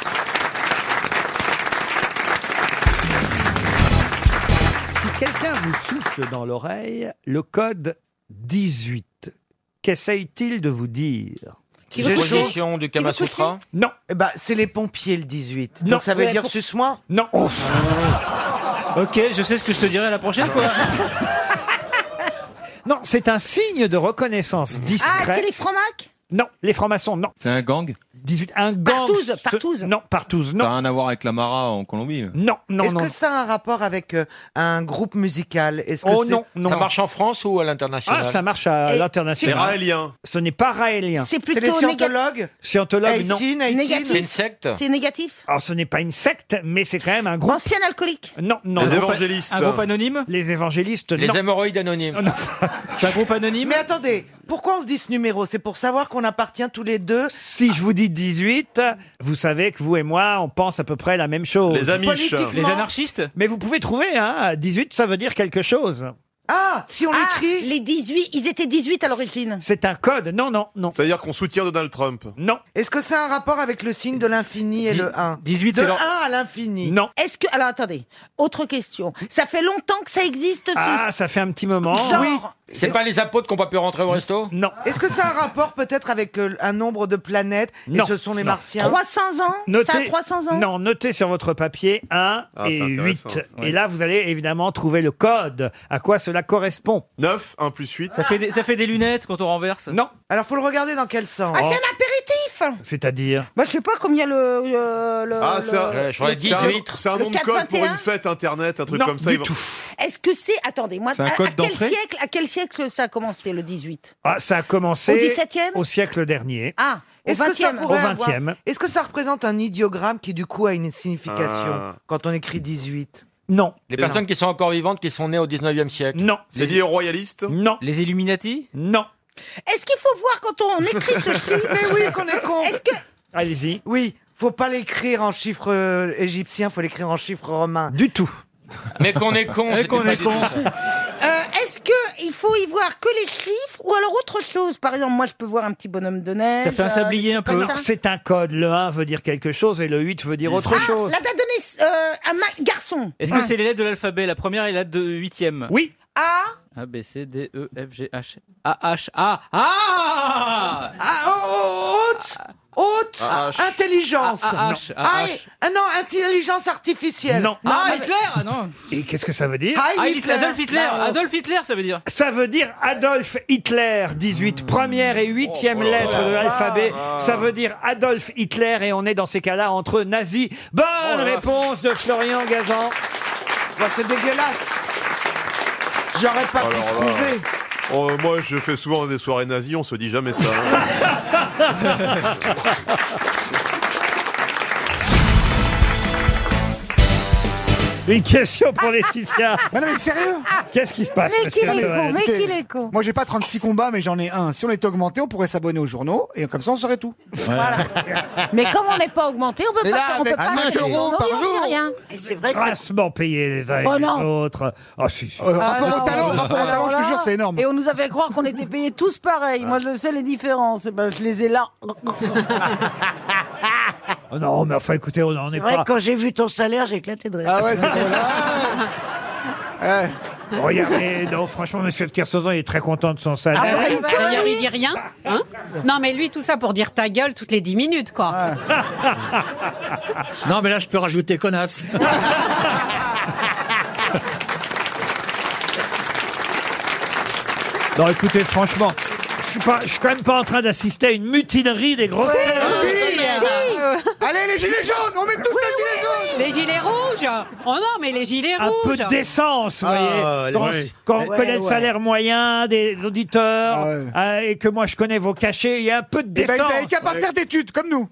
Si quelqu'un vous souffle dans l'oreille le code dix-huit, qu'essaye-t-il de vous dire? J'ai Position du Kama Sutra. Non. Eh ben, c'est les pompiers le dix-huit. Non. Donc ça veut Ouais, dire pour- suce-moi. Non. Oh. Ok, je sais ce que je te dirai la prochaine fois. Non, c'est un signe de reconnaissance discret. Ah, c'est les francs-macs? Non, les francs-maçons, non. C'est un gang dix-huit, un gang. Partouze, ce- partouze. Non, partouze, Ça non. n'a rien à voir avec la Mara en Colombie. là. Non, non, Est-ce non. que ça a un rapport avec euh, un groupe musical? Est-ce que Oh c'est- non, non. Ça marche en France ou à l'international? Ah, ça marche à Et l'international. C'est raélien. Ce n'est pas raélien. C'est C'est plutôt les néga- scientologues? Scientologue, non. Haïtine, Haïtine. Négatif. C'est une secte? C'est négatif. Alors, ce n'est pas une secte, mais c'est quand même un groupe. Ancien alcoolique. Non, non. Les non. évangélistes. Un groupe anonyme? Les évangélistes, Les non. hémorroïdes anonymes. Non, non. C'est un groupe anonyme? Mais attendez, pourquoi on se dit ce numéro? C'est pour savoir qu'on appartient tous les deux. Si je vous dis dix-huit, vous savez que vous et moi, on pense à peu près la même chose. Les Amish. Politiquement. Les anarchistes? Mais vous pouvez trouver, hein, dix-huit, ça veut dire quelque chose. Ah, si on Ah, l'écrit. les dix-huit, ils étaient dix-huit à l'origine. C'est un code. Non, non, non. Ça veut dire qu'on soutient Donald Trump. Non, Est-ce que ça a un rapport avec le signe de l'infini et le un? dix-huit, De c'est leur- un à l'infini. non. Est-ce que. Alors attendez, autre question. Ça fait longtemps que ça existe ce. Ah, ça fait un petit moment. Genre, Oui. C'est pas les apôtres qui n'ont pas pu rentrer au resto? Non. Est-ce que ça a un rapport peut-être avec euh, un nombre de planètes? Non. Et ce sont les Non. martiens? trois cents ans Ça a trois cents ans Non, notez sur votre papier un Ah, et c'est huit. intéressant, ça. Et là, vous allez évidemment trouver le code. À quoi cela correspond? neuf, un plus huit. Ça fait, des, ça fait des lunettes quand on renverse? Non. Alors faut le regarder dans quel sens? Ah, c'est un apéritif. C'est-à-dire? Bah, je sais pas combien le. euh, le- Ah, le- c'est un, Ouais, je crois c'est un- dix-huit. c'est un Le nom de quatre code vingt et pour un. une fête internet, un truc Non, comme ça. du ils vont- tout. Est-ce que c'est. Attendez, moi, C'est un à, code à quel d'entrée siècle, à quel siècle ça a commencé, le dix-huit? Ah, ça a commencé Au dix-septième? au siècle dernier. Ah, au Est-ce que ça vingtième. pourrait Au avoir- vingtième. Est-ce que ça représente un idiogramme qui du coup a une signification Ah. quand on écrit dix-huit? Non. Les personnes qui sont encore vivantes, qui sont nées au dix-neuvième siècle. Non. C'est lié aux royalistes. Non. Les Illuminati? Non. Est-ce qu'il faut voir quand on écrit ce chiffre? Mais oui, qu'on est con. Est-ce que. Allez-y. Oui, faut pas l'écrire en chiffres euh, égyptiens, faut l'écrire en chiffres romains. Du tout. Mais qu'on est con, Mais c'était qu'on pas est du con. tout ça. Euh, Est-ce qu'il faut y voir que les chiffres ou alors autre chose? Par exemple, moi, je peux voir un petit bonhomme de neige. Ça fait un euh, sablier des un trucs peu. comme Non, ça. c'est un code. Le un veut dire quelque chose et le huit veut dire autre Ah, chose. la date de naissance. Euh, un ma- garçon. Est-ce que c'est les lettres de l'alphabet? La première est la de huitième. Oui. A. A, B, C, D, E, F, G, H, A, H, A. Ah! Ah, oh, oh, haute, haute, Ah, H. intelligence. Ah, H, Ah, ah, et- H. ah non, intelligence artificielle. Non. Ah, mais- Hitler? Ah, non. Et qu'est-ce que ça veut dire? Heil Ah, Hitler. Hitler, Adolf Hitler. Là, oh. Adolf Hitler, ça veut dire. Ça veut dire Adolf Hitler, dix-huit, première et huitième lettre de l'alphabet. Ça veut dire Adolf Hitler et on est dans ces cas-là entre nazis. Bonne là là. réponse de Florian Gazan. Ouais, c'est dégueulasse. J'aurais pas pu Alors là. trouver. Oh, moi, je fais souvent des soirées nazies, on se dit jamais ça. hein. Une question pour Laetitia. Mais non, mais sérieux Qu'est-ce qui se passe, Mais monsieur qu'il est Toen con, mais qu'il est con. Moi, j'ai pas trente-six combats, mais j'en ai un. Si on était augmenté, on pourrait s'abonner aux journaux, et comme ça, on saurait tout. Voilà. Mais comme on n'est pas augmenté, on peut Mais pas là, faire, on peut avec pas cinq acheter les euros journaux par et on jour. fait rien. Et c'est vrai que Grassement payés les uns et Oh les non. autres. Ah si, si. Euh, rapport Ah, au talent, non. rapport au talent, je te Alors jure, là, c'est énorme. Et on nous a fait croire qu'on était payés tous pareil. Moi, je sais les différences. Eh ben, je les ai là. Oh non, mais enfin, écoutez, on n'en est c'est vrai pas. que quand j'ai vu ton salaire, j'ai éclaté de rire. Ah ouais, c'est drôle. Ah. Ouais. Regardez, non, franchement, monsieur de Kersauzon, il est très content de son salaire. Ah ouais, D'ailleurs, il dit rien. Hein non, mais lui, tout ça pour dire ta gueule toutes les dix minutes, quoi. Non, mais là, je peux rajouter connasse. Non, écoutez, franchement, je suis pas, je suis quand même pas en train d'assister à une mutinerie des grosses têtes. Allez, les gilets jaunes, on met tous les gilets jaunes. Les gilets rouges. Oh non, mais les gilets Un peu rouges. de décence, vous Ah, voyez. Quand, oui. quand on Ouais, connaît le ouais. salaire moyen des auditeurs Ah ouais. euh, et que moi je connais vos cachets, il y a un peu de Eh ben, décence. ils avaient qu'à pas faire d'études, comme nous.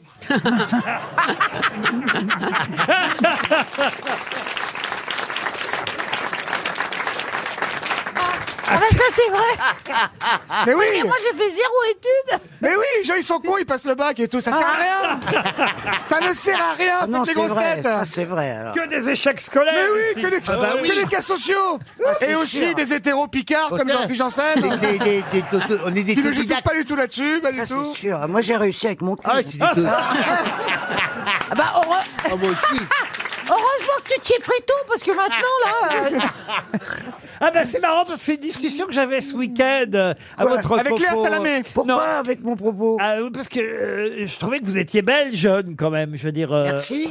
Ah, Ah, ça c'est vrai. Mais oui. Mais moi, j'ai fait zéro étude. Mais oui, les gens, ils sont cons, ils passent le bac et tout. Ça sert à rien. Ça ne sert à rien, Ah non, toutes les c'est grosses vrai. têtes. Ah, c'est vrai, alors. Que des échecs scolaires. Mais oui, ici. que les, Ah bah que oui. les cas sociaux. c'est Et aussi sûr. des hétéros picards comme Putain. Jean-Philippe Janssen. Des- des- des- des- des- on est des Qui ne jouent autodidactes. pas du tout là-dessus, pas du Ah, tout. c'est sûr. Moi, j'ai réussi avec mon cul. Ah, c'est des auto- Ah bah, heureux- Ah, moi aussi. heureusement que tu t'y es pris tôt, parce que maintenant, là... euh, Ah ben c'est marrant parce que c'est une discussion que j'avais ce week-end euh, à Quoi votre Avec propos. Léa Salamé. Pourquoi Non. avec mon propos Ah, oui, parce que euh, je trouvais que vous étiez belle jeune quand même, je veux dire. euh, Merci.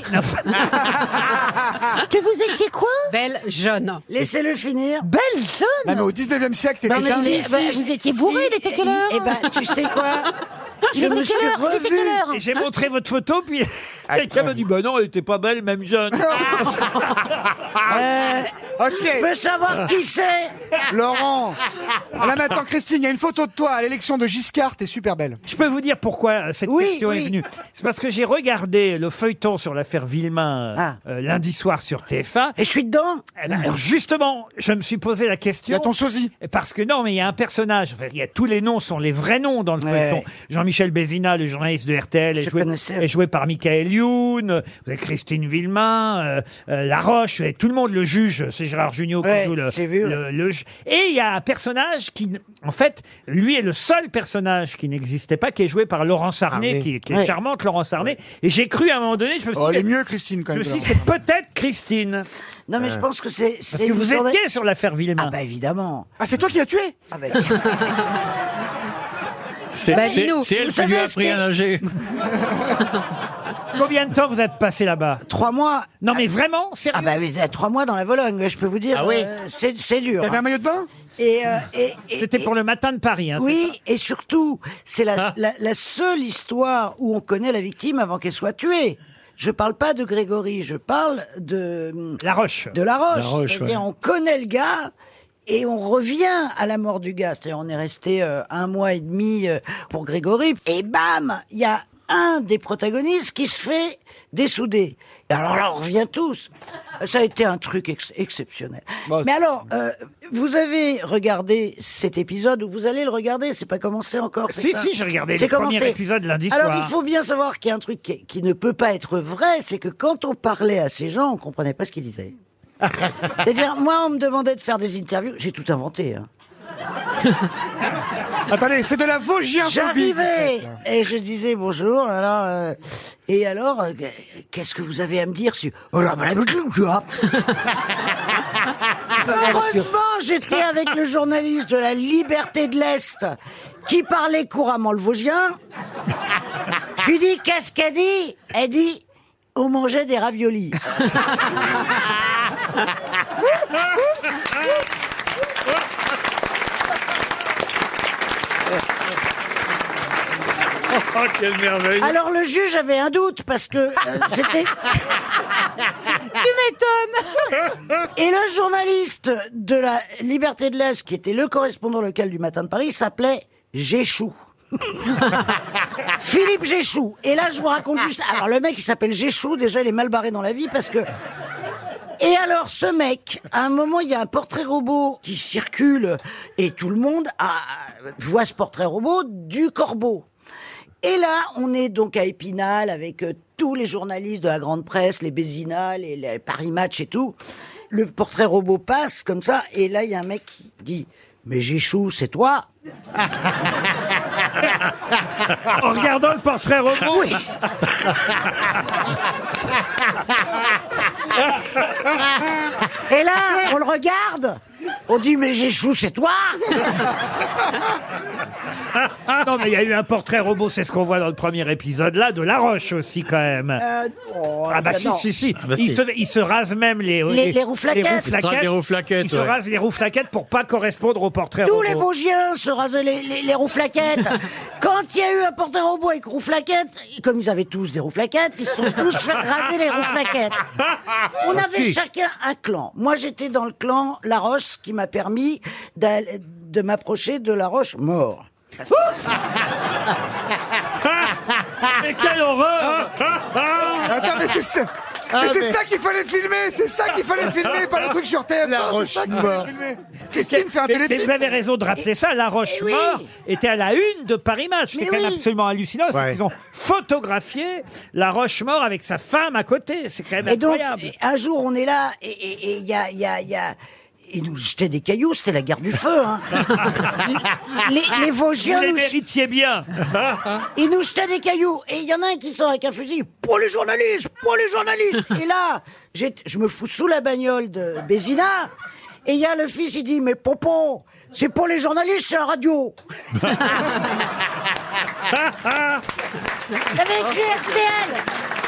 que vous étiez quoi? Belle, jeune. Laissez-le finir. Belle jeune. Non, mais au dix-neuvième siècle, t'étais Non, mais qu'un. il est- Eh ben, vous étiez bourré, il était quelle heure? Eh ben, tu sais quoi Il Je était me quelle suis heure? Il était revu. quelle heure? Et j'ai montré votre photo, puis quelqu'un m'a dit bah non, elle était pas belle, même jeune. Euh, Ah si, Je veux savoir qui c'est. Laurent. Ah, là maintenant, Christine, il y a une photo de toi à l'élection de Giscard, t'es super belle. Je peux vous dire pourquoi euh, cette Oui, question oui. est venue. C'est parce que j'ai regardé le feuilleton sur l'affaire Villemain euh, Ah. euh, lundi soir sur T F un. Et je suis dedans. Eh ben, alors justement, je me suis posé la Il question. y a ton sosie. Parce que non, mais il y a un personnage. Enfin, il y a tous les noms sont les vrais noms dans le Ouais. feuilleton. Jean-Michel Bézina, le journaliste de R T L, est Je joué, connaissais. est joué par Michael Youn. Vous avez Christine Villemain, euh, euh, Laroche, et tout le monde, le juge, c'est Gérard Jugnot qui Ouais, joue le, j'ai vu. le, le ju- Et il y a un personnage qui, en fait, lui est le seul personnage qui n'existait pas, qui est joué par Laurence Arnay, Arnay. qui, qui est Ouais. charmante, Laurence Arnay. Et j'ai cru à un moment donné, je me suis Oh, elle est dit, mieux, Christine, quand je me même. suis dit, c'est peut-être Christine. Non, mais je pense que c'est. Parce que vous étiez sur l'affaire Villemain. Ah, bah évidemment. Ah, c'est toi qui l'as tué. Ah, bah, C'est Bah, c'est- dis-nous. c'est elle Vous qui lui a savez ce appris à qu'est- nager. Combien de temps vous êtes passé là-bas? Trois mois. Non, mais vraiment, sérieux? Ah, bah oui, trois mois dans la Vologne, je peux vous dire. Ah oui. euh, c'est c'est dur. T'avais hein. un maillot de bain. Et, euh, et, et- C'était et- pour le matin de Paris. Hein, Oui, et surtout, c'est la, Ah. la, la seule histoire où on connaît la victime avant qu'elle soit tuée. Je parle pas de Grégory, je parle de La Roche. de La Roche. La Roche, C'est-à-dire, ouais. on connaît le gars et on revient à la mort du gars. C'est-à-dire, on est resté euh, un mois et demi euh, pour Grégory et bam, il y a un des protagonistes qui se fait dessouder. Et alors là, on revient tous. Ça a été un truc ex- exceptionnel. Bon, Mais alors, euh, vous avez regardé cet épisode ou vous allez le regarder? C'est pas commencé encore. c'est Si, ça si, j'ai regardé C'est le premier commencé. épisode lundi Alors, soir. il faut bien savoir qu'il y a un truc qui, qui ne peut pas être vrai, c'est que quand on parlait à ces gens, on comprenait pas ce qu'ils disaient. C'est-à-dire, moi, on me demandait de faire des interviews, j'ai tout inventé. Hein. Attendez, c'est de la Vosgien. J'arrivais et je disais bonjour. Alors, euh, et alors, euh, qu'est-ce que vous avez à me dire sur Oh là, bah, la boucle, tu vois. Heureusement, j'étais avec le journaliste de la Liberté de l'Est qui parlait couramment le vosgien. Je lui dis qu'est-ce qu'elle dit? Elle dit on mangeait des raviolis. Oh, quelle merveille. Alors le juge avait un doute parce que euh, c'était. Tu m'étonnes. Et le journaliste de la Liberté de l'Est, qui était le correspondant local du Matin de Paris, s'appelait Géchou. Philippe Géchou. Et là, je vous raconte juste. Alors le mec, il s'appelle Géchou. Déjà, il est mal barré dans la vie parce que. Et alors, ce mec, à un moment, il y a un portrait robot qui circule et tout le monde a, voit ce portrait robot du corbeau. Et là, on est donc à Épinal avec euh, tous les journalistes de la grande presse, les Bézina, les, les Paris Match et tout. Le portrait robot passe comme ça, et là, il y a un mec qui dit « Mais Géchou, c'est toi ?» En regardant le portrait robot. Oui. Et là, on le regarde, on dit « Mais Géchou, c'est toi ?» Non, mais il y a eu un portrait robot, c'est ce qu'on voit dans le premier épisode là, de La Roche aussi quand même. Euh, oh, Ah bah si, non. si, si. Ah bah il, si. se, il se rase même les, Les- les roues flaquettes. Les roues Il se rase flaquettes. les roues flaquettes, Il se ouais. rase les roues flaquettes pour pas correspondre au portrait Tous robot. les Vosgiens se rasaient les, les, les roues flaquettes. Quand il y a eu un portrait robot avec roues flaquettes, comme ils avaient tous des roues flaquettes, ils se sont tous fait raser les roues flaquettes. On avait si. chacun un clan. Moi, j'étais dans le clan La Roche, ce qui m'a permis d'aller- de m'approcher de La Roche mort. Mais quelle horreur. Attends, mais c'est ça. Mais Ah, c'est mais- ça qu'il fallait filmer, c'est ça qu'il fallait filmer, pas le truc sur T F un. La c'est ça qu'il fallait Rochemort. filmer. Christine fait un Mais- mais téléfilm. vous avez raison de rappeler ça. La Rochemort était à la une de Paris Match. C'est Mais quand même oui. absolument hallucinant. C'est Ouais. qu'ils ont photographié la Rochemort avec sa femme à côté. C'est quand même Et donc, incroyable. un jour, on est là, et il et, et, y a... Y a, y a ils nous jetaient des cailloux, c'était la guerre du feu. Hein. les, les Vosgiens Vous les nous, méritiez bien. ils nous jetaient des cailloux. Et il y en a un qui sort avec un fusil. Pour les journalistes, pour les journalistes. Et là, j'ai- je me fous sous la bagnole de Bézina. Et il y a le fils, il dit, mais Popo, c'est pour les journalistes, c'est la radio. Il avait écrit R T L.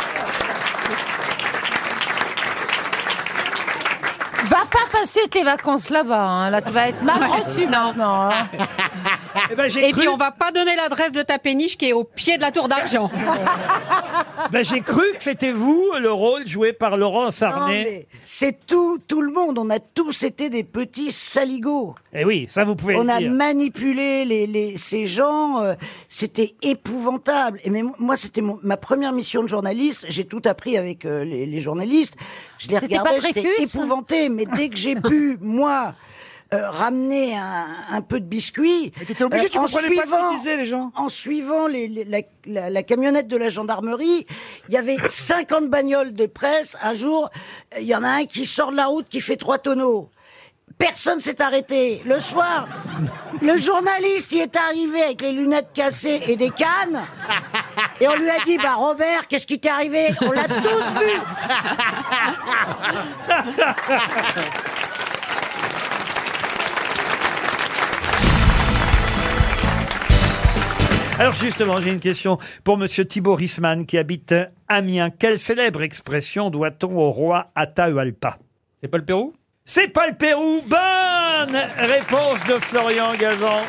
Va pas passer tes vacances là-bas, hein. Là tu vas être mal reçu maintenant. hein. Eh ben, j'ai Et cru, puis on va pas donner l'adresse de ta péniche qui est au pied de la tour d'argent. ben, j'ai cru que c'était vous, le rôle joué par Laurent Non, Sarnet. mais c'est tout, tout le monde. On a tous été des petits saligots. Eh oui, ça vous pouvez On le a dire. manipulé les, les, ces gens. euh, c'était épouvantable. Et mais moi, c'était mon- ma première mission de journaliste. J'ai tout appris avec euh, les, les journalistes. Je les C'était regardais, pas j'étais Dreyfus épouvanté. Mais dès que j'ai pu, moi, euh, ramener un, un peu de biscuits, Mais t'étais obligé, tu en comprenais pas ce suivant- qu'ils disaient, les gens. en suivant les- les- la, la- la camionnette de la gendarmerie, il y avait cinquante bagnoles de presse. Un jour, il y en a un qui sort de la route qui fait trois tonneaux. Personne s'est arrêté. Le soir, le journaliste y est arrivé avec les lunettes cassées et des cannes. Et on lui a dit, bah Robert, qu'est-ce qui t'est arrivé? On l'a tous vu. Alors justement, j'ai une question pour Monsieur Thibaut Risman qui habite Amiens. Quelle célèbre expression doit-on au roi Atahualpa? C'est pas le Pérou? C'est pas le Pérou. Bonne réponse de Florian Gazan.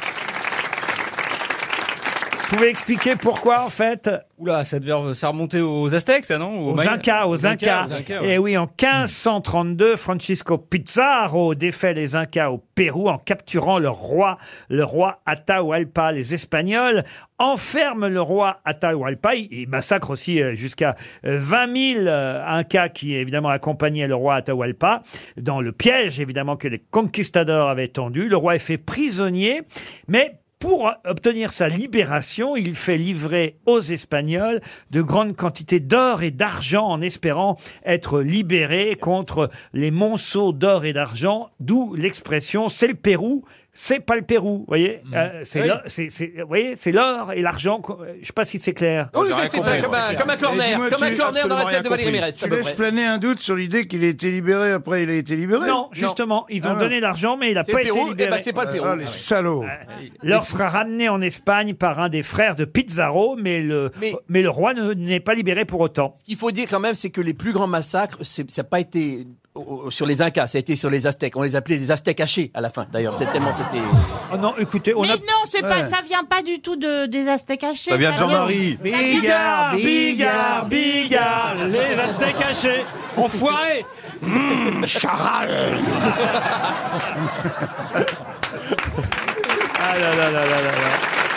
Vous pouvez expliquer pourquoi en fait? Oula, ça devait ça remonter aux Aztèques, ça, non? Aux Incas, aux Incas. Et oui, en quinze cent trente-deux, Francisco Pizarro défait les Incas au Pérou en capturant leur roi, le roi Atahualpa. Les Espagnols enferment le roi Atahualpa. Ils ils massacrent aussi euh, jusqu'à euh, vingt mille euh, Incas qui évidemment accompagnaient le roi Atahualpa dans le piège évidemment que les conquistadors avaient tendu. Le roi est fait prisonnier, mais pour obtenir sa libération, il fait livrer aux Espagnols de grandes quantités d'or et d'argent en espérant être libéré contre les monceaux d'or et d'argent, d'où l'expression « c'est le Pérou ». C'est pas le Pérou, vous voyez. Euh, c'est Oui. l'or- c'est- c'est- vous voyez, c'est l'or et l'argent. qu'on- Je sais pas si c'est clair. Oh, Oui, c'est c'est comme un, comme un Et corner, dis-moi, comme un tu- corner dans la absolument tête de rien Valérie compris. Mérès. à Tu peu laisses près. planer un doute sur l'idée qu'il a été libéré après il a été libéré? Non, justement, ils ont Ah ouais. donné l'argent, mais il n'a C'est pas le été Pérou, libéré. eh ben, c'est pas le Pérou. Ah, les Ah ouais. salauds. L'or sera ramené en Espagne par un des frères de Pizarro, mais le, mais, Mais- le roi ne- n'est pas libéré pour autant. Ce qu'il faut dire quand même, c'est que les plus grands massacres, c'est- ça n'a pas été au- au- sur les Incas, ça a été sur les Aztèques. On les appelait des Aztèques hachés à la fin, d'ailleurs. Peut-être tellement c'était. Oh non, écoutez, on Mais a... non, c'est pas, ça vient pas du tout de, des Aztèques cachés. Ça vient de Jean-Marie. Bigard, Bigard, Bigard, les Aztèques cachés, enfoirés. Mmh, charal. Ah là là là là là là.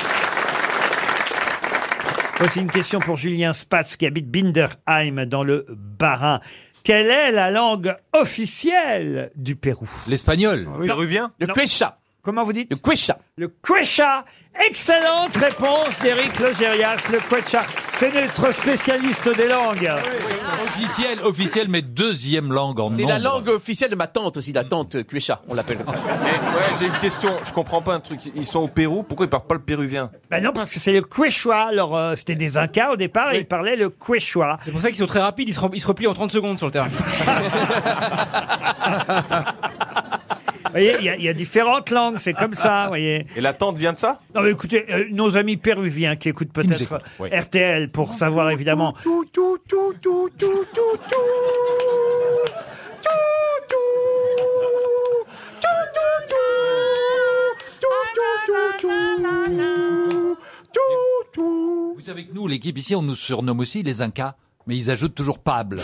Voici une question pour Julien Spatz qui habite Binderheim dans le Bas-Rhin. Quelle est la langue officielle du Pérou? L'espagnol. Péruvien? Le Non. Quechua. Comment vous dites? Le Quechua. Le Quechua. Excellente réponse d'Éric Logérias. Le Quechua, c'est notre spécialiste des langues. Officiel, officiel, mais deuxième langue en C'est nombre. la langue officielle de ma tante aussi, la tante Quechua, on l'appelle comme ça. Eh, ouais, j'ai une question. Je comprends pas un truc. Ils sont au Pérou. Pourquoi ils parlent pas le péruvien? Ben non, parce que c'est le Quechua. Alors, euh, c'était des Incas au départ, et ils parlaient le Quechua. C'est pour ça qu'ils sont très rapides, ils se, re- ils se replient en trente secondes sur le terrain. Vous voyez, il y, a- il y a différentes langues, c'est comme ça, vous voyez. Et la tante vient de ça? Non, mais écoutez, euh, nos amis péruviens qui écoutent nous peut-être écoutent, oui. R T L pour savoir évidemment. Tout, tout, tout, tout, tout, tout, tout. Tout, tout. Tout, tout, tout. Tout, tout, tout, tout. Tout, tout. Vous savez que nous, l'équipe ici, on nous surnomme aussi les Incas, mais ils ajoutent toujours Pable.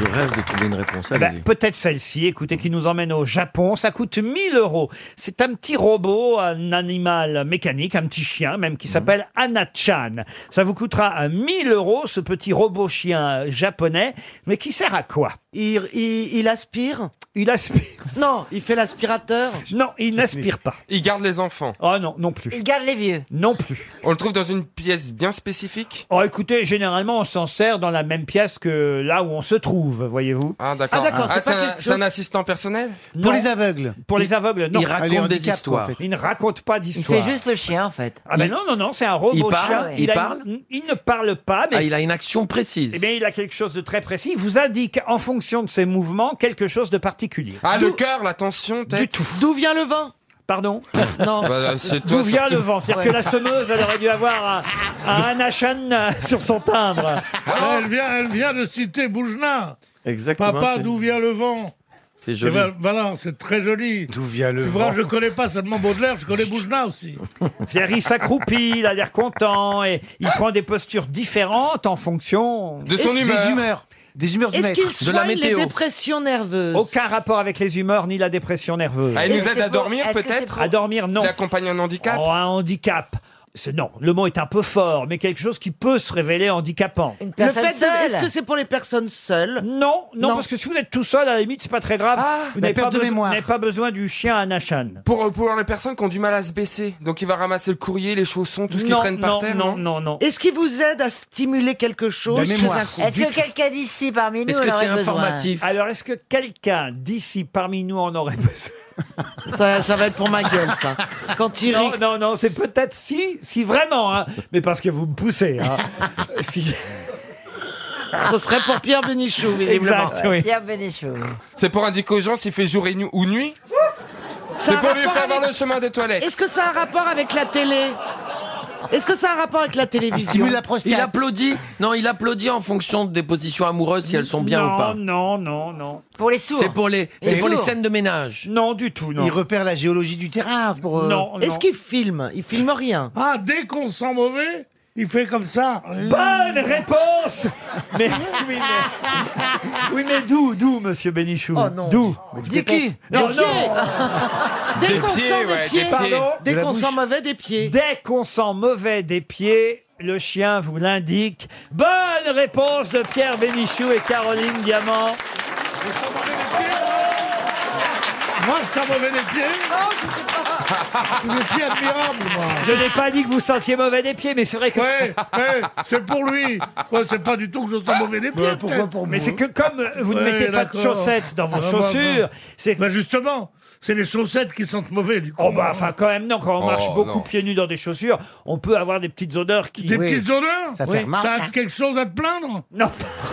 Je rêve de trouver une réponse. Eh ben, Allez-y. peut-être celle-ci, écoutez, qui nous emmène au Japon. Ça coûte mille euros. C'est un petit robot, un animal mécanique, un petit chien même, qui s'appelle Anna-chan. Ça vous coûtera mille euros, ce petit robot chien japonais. Mais qui sert à quoi? Il, il, il aspire Il aspire. Non, il fait l'aspirateur. Non, il n'aspire pas. Il garde les enfants. Oh non, non plus. Il garde les vieux. Non plus. On le trouve dans une pièce bien spécifique. Oh, écoutez, généralement, on s'en sert dans la même pièce que là où on se trouve, voyez-vous. Ah, d'accord. Ah, d'accord, c'est c'est pas un, quelque c'est un chose- assistant personnel. Non. Pour les aveugles. Pour les aveugles, non. Il raconte Allez, des handicap, histoires. quoi, en fait. Il ne raconte pas Il d'histoire. fait juste le chien, en fait. Ah ben non, non, non, c'est un robot Il parle chien. Il a parle une- il ne parle pas, mais Ah, il a une action précise. eh bien, il a quelque chose de très précis. Il vous indique, en fonction de ses mouvements, quelque chose de particulier. Ah, le D'où- cœur, la tension, Du peut-être. tout. D'où vient le vin Pardon. Non. Bah, c'est toi, D'où vient surtout. le vent? C'est-à-dire que la sonneuse, elle aurait dû avoir un, un Anna-chan sur son timbre. Elle vient, elle vient de citer Boujna. Exactement. Papa, c'est- d'où vient le vent? C'est Eh joli. ben, voilà, c'est très joli. D'où vient le Tu vois, vent? je connais pas seulement Baudelaire, je connais Boujna aussi. C'est-à-dire, il s'accroupit, il a l'air content, et il prend des postures différentes en fonction... De son humeur. Des humeurs. Des humeurs du Est-ce maître. qu'il De la soigne les météo. dépressions nerveuses Aucun rapport avec les humeurs ni la dépression nerveuse. Ah, il Et nous aide c'est à pour- dormir, est-ce que c'est peut-être. À dormir, non. Il accompagne un handicap. Oh, un handicap. C'est non, le mot est un peu fort, mais quelque chose qui peut se révéler handicapant. Une Le personne fait de- seule. Est-ce que c'est pour les personnes seules Non, non, Non. parce que si vous êtes tout seul, à la limite, c'est pas très grave. vous la n'avez pas, perte de besoin- mémoire. vous n'avez pas besoin du chien à Nachan. Pour, pour les personnes qui ont du mal à se baisser. Donc il va ramasser le courrier, les chaussons, tout ce qui Non, traîne par non, terre. non, non, non. Est-ce qu'il vous aide à stimuler quelque chose La chez mémoire. un couple Est-ce que quelqu'un d'ici parmi nous Est-ce que en c'est aurait besoin? informatif Alors, est-ce que quelqu'un d'ici parmi nous en aurait besoin? ça, ça va être pour ma gueule, ça. Quand il rit. Non, non, non, c'est peut-être si, si vraiment, hein, mais parce que vous me poussez. Hein. Si- Ce serait pour Pierre Bénichou, visiblement. Exact, oui. Pierre Bénichou. C'est pour indiquer aux gens s'il fait jour et nu- ou nuit. Ça C'est a pour lui rapport faire avec- voir le chemin des toilettes. Est-ce que ça a un rapport avec la télé Est-ce que ça a un rapport avec la télévision Stimule la prostate. Il applaudit. Non, il applaudit en fonction des positions amoureuses si elles sont bien non, ou pas. non, non, non. Pour les sourds. C'est pour les, c'est Les pour les sourds. scènes de ménage. Non, du tout, non. Il repère la géologie du terrain. Pour, euh, Non, Est-ce non. qu'il filme Il filme rien. Ah, dès qu'on sent mauvais, il fait comme ça. Bonne réponse. Mais oui, mais, oui, mais d'où, d'où, Monsieur Bénichou? Oh non. D'où? Du cul. Non, Des non. pieds. Dès Des qu'on pieds, sent des ouais, pieds. des Pardon. Dès De la qu'on bouche. sent mauvais, des pieds. Dès qu'on sent mauvais des pieds, le chien vous l'indique. Bonne réponse de Pierre Bénichou et Caroline Diamant. Moi, je sens mauvais des pieds. Des pieds admirables, moi. Je n'ai pas dit que vous sentiez mauvais des pieds, mais c'est vrai que... Ouais, ouais, c'est pour lui. Ouais, c'est pas du tout que je sens mauvais des pieds. Bah, pourquoi peut-être. pour Mais moi c'est que comme vous ne Ouais, mettez pas de d'accord. chaussettes dans vos Ah, bah, chaussures, bah. c'est... Bah justement, c'est les chaussettes qui sentent mauvais du coup. Oh bah enfin quand même non, quand on marche Oh, beaucoup non. pieds nus dans des chaussures, on peut avoir des petites odeurs qui... Des Oui. petites odeurs. Ça fait remarque. T'as quelque chose à te plaindre? Non.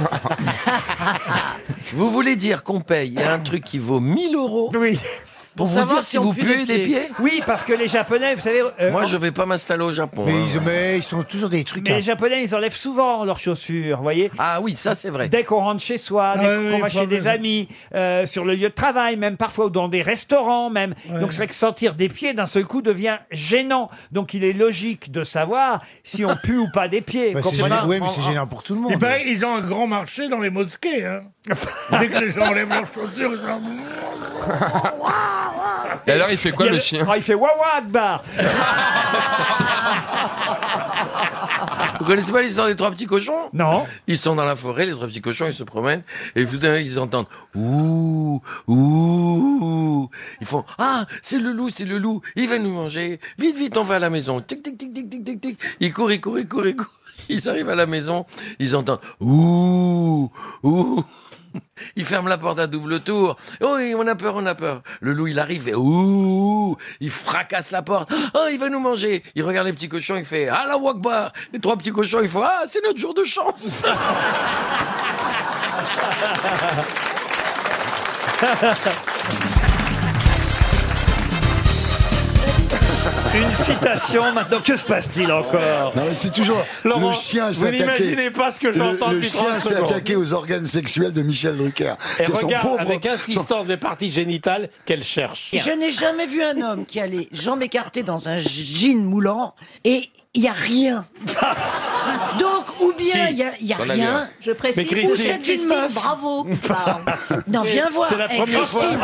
Vous voulez dire qu'on paye un truc qui vaut mille euros Oui. pour vous savoir dire si si on vous pue puez des des pieds. pieds? Oui, parce que les Japonais, vous savez... euh, Moi, en- je vais pas m'installer au Japon. Mais hein. ils, mais ils sont toujours des trucs. Mais hein. les Japonais, ils enlèvent souvent leurs chaussures, vous voyez. Ah oui, ça c'est vrai. Dès qu'on rentre chez soi, dès Ah qu'on oui, va faut chez des bien. amis, euh, sur le lieu de travail, même parfois ou dans des restaurants même. Donc c'est vrai que sentir des pieds d'un seul coup devient gênant. Donc il est logique de savoir si on pue ou pas des pieds. Bah, c'est comprenez gênant. Ouais, mais c'est gênant pour tout le monde. Il paraît qu'ils ont un grand marché dans les mosquées. Hein. Dès que les gens enlèvent leurs chaussures, ils sont... Et alors il fait quoi Il y a le chien? Ah, il fait Wawa Akbar. Vous connaissez pas l'histoire des trois petits cochons? Non. Ils sont dans la forêt, les trois petits cochons, ils se promènent, et tout d'un coup, ils entendent ouh, ouh. Ils font ah, c'est le loup, c'est le loup, il va nous manger. Vite, vite, on va à la maison. Tic, tic, tic, tic, tic, tic, tic. Ils courent, ils courent, ils courent, ils courent. Ils arrivent à la maison, ils entendent ouh, ouh. Il ferme la porte à double tour. Oh, oui, on a peur, on a peur. Le loup, il arrive et ouh, il fracasse la porte. Oh, il va nous manger. Il regarde les petits cochons, il fait Allah Akbar. Les trois petits cochons, il font ah, c'est notre jour de chance. Une citation maintenant. Que se passe-t-il encore? Non, mais c'est toujours Laurent, le chien vous s'est attaqué. n'imaginez pas ce que le- j'entends Le depuis chien trente s'est secondes. attaqué aux organes sexuels de Michel Drucker. Et C'est son regarde pauvre- avec son- insistance les parties génitales qu'elle cherche. Je n'ai jamais vu un homme qui allait jambes écartées dans un jean moulant et il n'y a rien. Donc, ou bien, il y a, il y a On a rien. bien. Je précise Mais que Christine- c'est C'est une Christine, meuf. bravo. Non, viens voir. C'est la Eh, première Christine,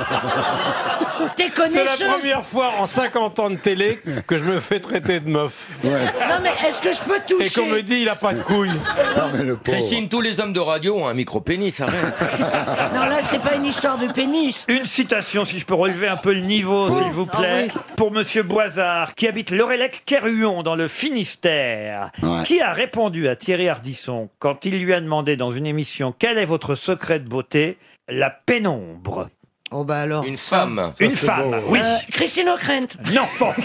T'es C'est connaisseuse. la première fois en cinquante ans de télé que je me fais traiter de meuf. Non, mais est-ce que je peux toucher Et qu'on me dit il a pas de couilles. Non, mais le pauvre. Christine, tous les hommes de radio ont un micro-pénis, arrête. Non, là, c'est pas une histoire de pénis. Une citation, si je peux relever un peu le niveau, s'il vous plaît, pour Monsieur Boisard, qui habite Lorélec-Kerhuon, dans le Finistère, Ouais. qui a répondu à Thierry Ardisson quand il lui a demandé dans une émission quel est votre secret de beauté, la pénombre. Oh bah alors. Une femme. Une femme, oui. Euh, Christine O'Krent. Non.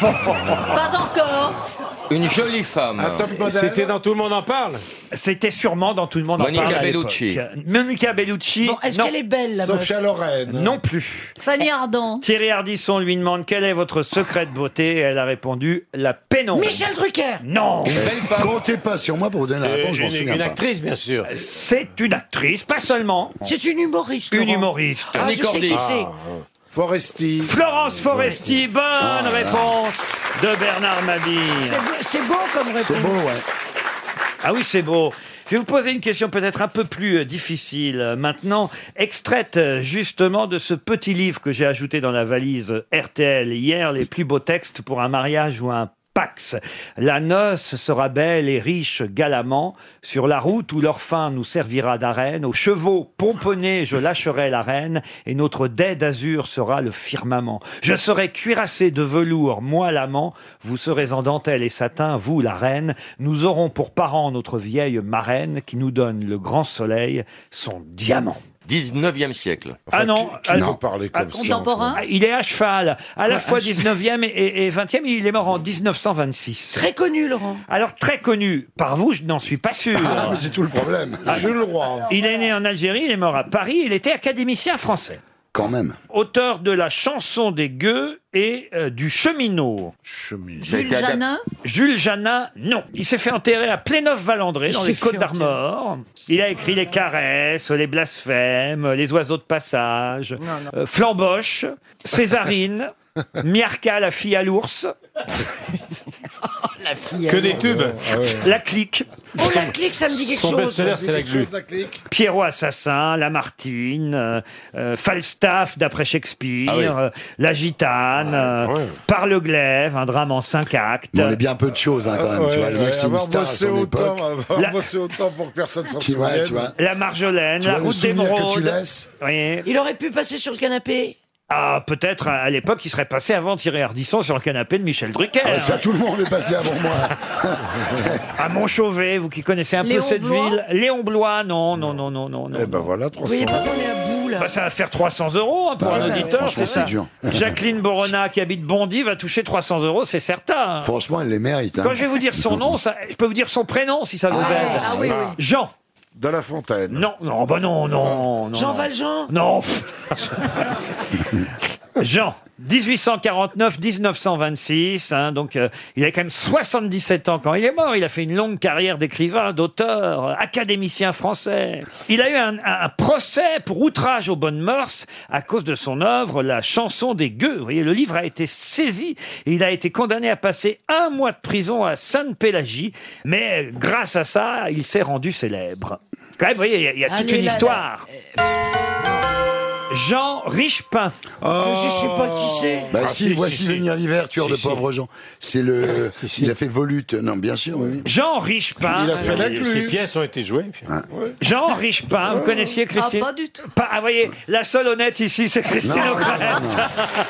Pas encore. Une jolie femme. Un top modèle. C'était dans Tout le monde en parle. C'était sûrement dans Tout le monde en Monica parle à Bellucci. l'époque. Monica Bellucci. Bon, est-ce non. qu'elle est belle, la meuf? Sophia Loren. Non plus. Fanny Ardant. Thierry Ardisson lui demande quel est votre secret de beauté. Elle a répondu la pénombre. Michel Drucker. Non. Une belle femme. Comptez pas sur moi pour vous donner la réponse, je m'en une, souviens une pas. actrice, bien sûr. C'est une actrice, pas seulement. C'est une humoriste. Une Laurent. humoriste. Ah, Annie je sais Cordy. qui c'est. Foresti. Florence Foresti, bonne réponse de Bernard Mabille. C'est beau- C'est beau comme réponse. C'est beau, ouais. Ah oui, c'est beau. Je vais vous poser une question peut-être un peu plus euh, difficile euh, maintenant, extraite euh, justement de ce petit livre que j'ai ajouté dans la valise euh, R T L hier, les plus beaux textes pour un mariage ou un Pax. La noce sera belle et riche galamment. Sur la route où l'orphin nous servira d'arène, aux chevaux pomponnés je lâcherai la reine, et notre dais d'azur sera le firmament. Je serai cuirassé de velours, moi l'amant, vous serez en dentelle et satin, vous la reine. Nous aurons pour parent notre vieille marraine, qui nous donne le grand soleil, son diamant. dix-neuvième siècle. Ah non, qui ah, peut parler comme ah, ça, Contemporain. ah, il est à cheval, à la Ouais, fois à cheval. dix-neuvième et, et vingtième, il est mort en dix-neuf cent vingt-six. Très connu, Laurent. Alors très connu par vous, je n'en suis pas sûr. Ah, mais c'est tout le problème. Jules Roy. Il est né en Algérie, il est mort à Paris, il était académicien français. Quand même. Auteur de la chanson des gueux et euh, du cheminot. Jules Janin. Jules Janin, non. Il s'est fait enterrer à Pléneuf-Valandré, Il dans s'est les fait Côtes d'Armor. Il a écrit les caresses, les blasphèmes, les oiseaux de passage, euh, Flamboche, Césarine, Miarca, la fille à l'ours, La fille. Que des tubes. La clique, Oh, la clique, ça me dit quelque Son chose. best-seller, c'est la glu. Pierrot Assassin, Lamartine, euh, euh, Falstaff d'après Shakespeare, Ah oui. euh, La Gitane, euh, ouais. Par le glaive, un drame en cinq actes. Bon, on est bien peu de choses, hein, quand même. tu vois, le mec, c'est une avoir star à bossé son autant, époque. avoir La- bossé autant pour que personne s'en Tu vois, souvienne. tu vois. La Marjolaine, Tu La vois le route souvenir que tu d'émeraude. laisses. Oui. Il aurait pu passer sur le canapé. Ah, peut-être à à l'époque, il serait passé avant Thierry Ardisson sur le canapé de Michel Drucker. Ah, ça, tout le monde est passé avant moi. À Montchauvet, vous qui connaissez un peu Léon cette Blois ville. Léon Blois, non, non, non, non, non. non. Eh ben voilà, trois Vous voyez cents. pas qu'on est à bout, là. Bah, ça va faire trois cents euros hein, pour Bah un ouais, auditeur, franchement, c'est ça. c'est dur. Jacqueline Borona, qui habite Bondy, va toucher trois cents euros, c'est certain. Franchement, elle les mérite. hein. Quand je vais vous dire son nom, ça- je peux vous dire son prénom si ça vous aide. Ah oui, oui. Jean. De la Fontaine. Non, non, bah non, non, non. Jean non. Valjean. Non. Jean, dix-huit cent quarante-neuf à dix-neuf cent vingt-six, hein, donc euh, il a quand même soixante-dix-sept ans quand il est mort. Il a fait une longue carrière d'écrivain, d'auteur, euh, académicien français. Il a eu un, un- un procès pour outrage aux bonnes mœurs à cause de son œuvre, La chanson des gueux. Vous voyez, le livre a été saisi et il a été condamné à passer un mois de prison à Sainte-Pélagie. Mais euh, grâce à ça, il s'est rendu célèbre. Quand même, vous voyez, il y a, il y a toute Allez, une là, là. histoire. Jean Richepin. Je sais pas qui c'est. Bah Ah, si, si, voici si, si. venir l'hiver, tueur Si, de si. pauvres gens. C'est le. Si, si. Il a fait Volute. Non, bien sûr, oui. Jean Richepin. Il a fait la Et glu. Ces pièces ont été jouées. puis- Jean Richepin, vous connaissiez Ah, Christine pas du tout. Pas- ah, voyez, la seule honnête ici, c'est Christine Non, O'Krent. non, non.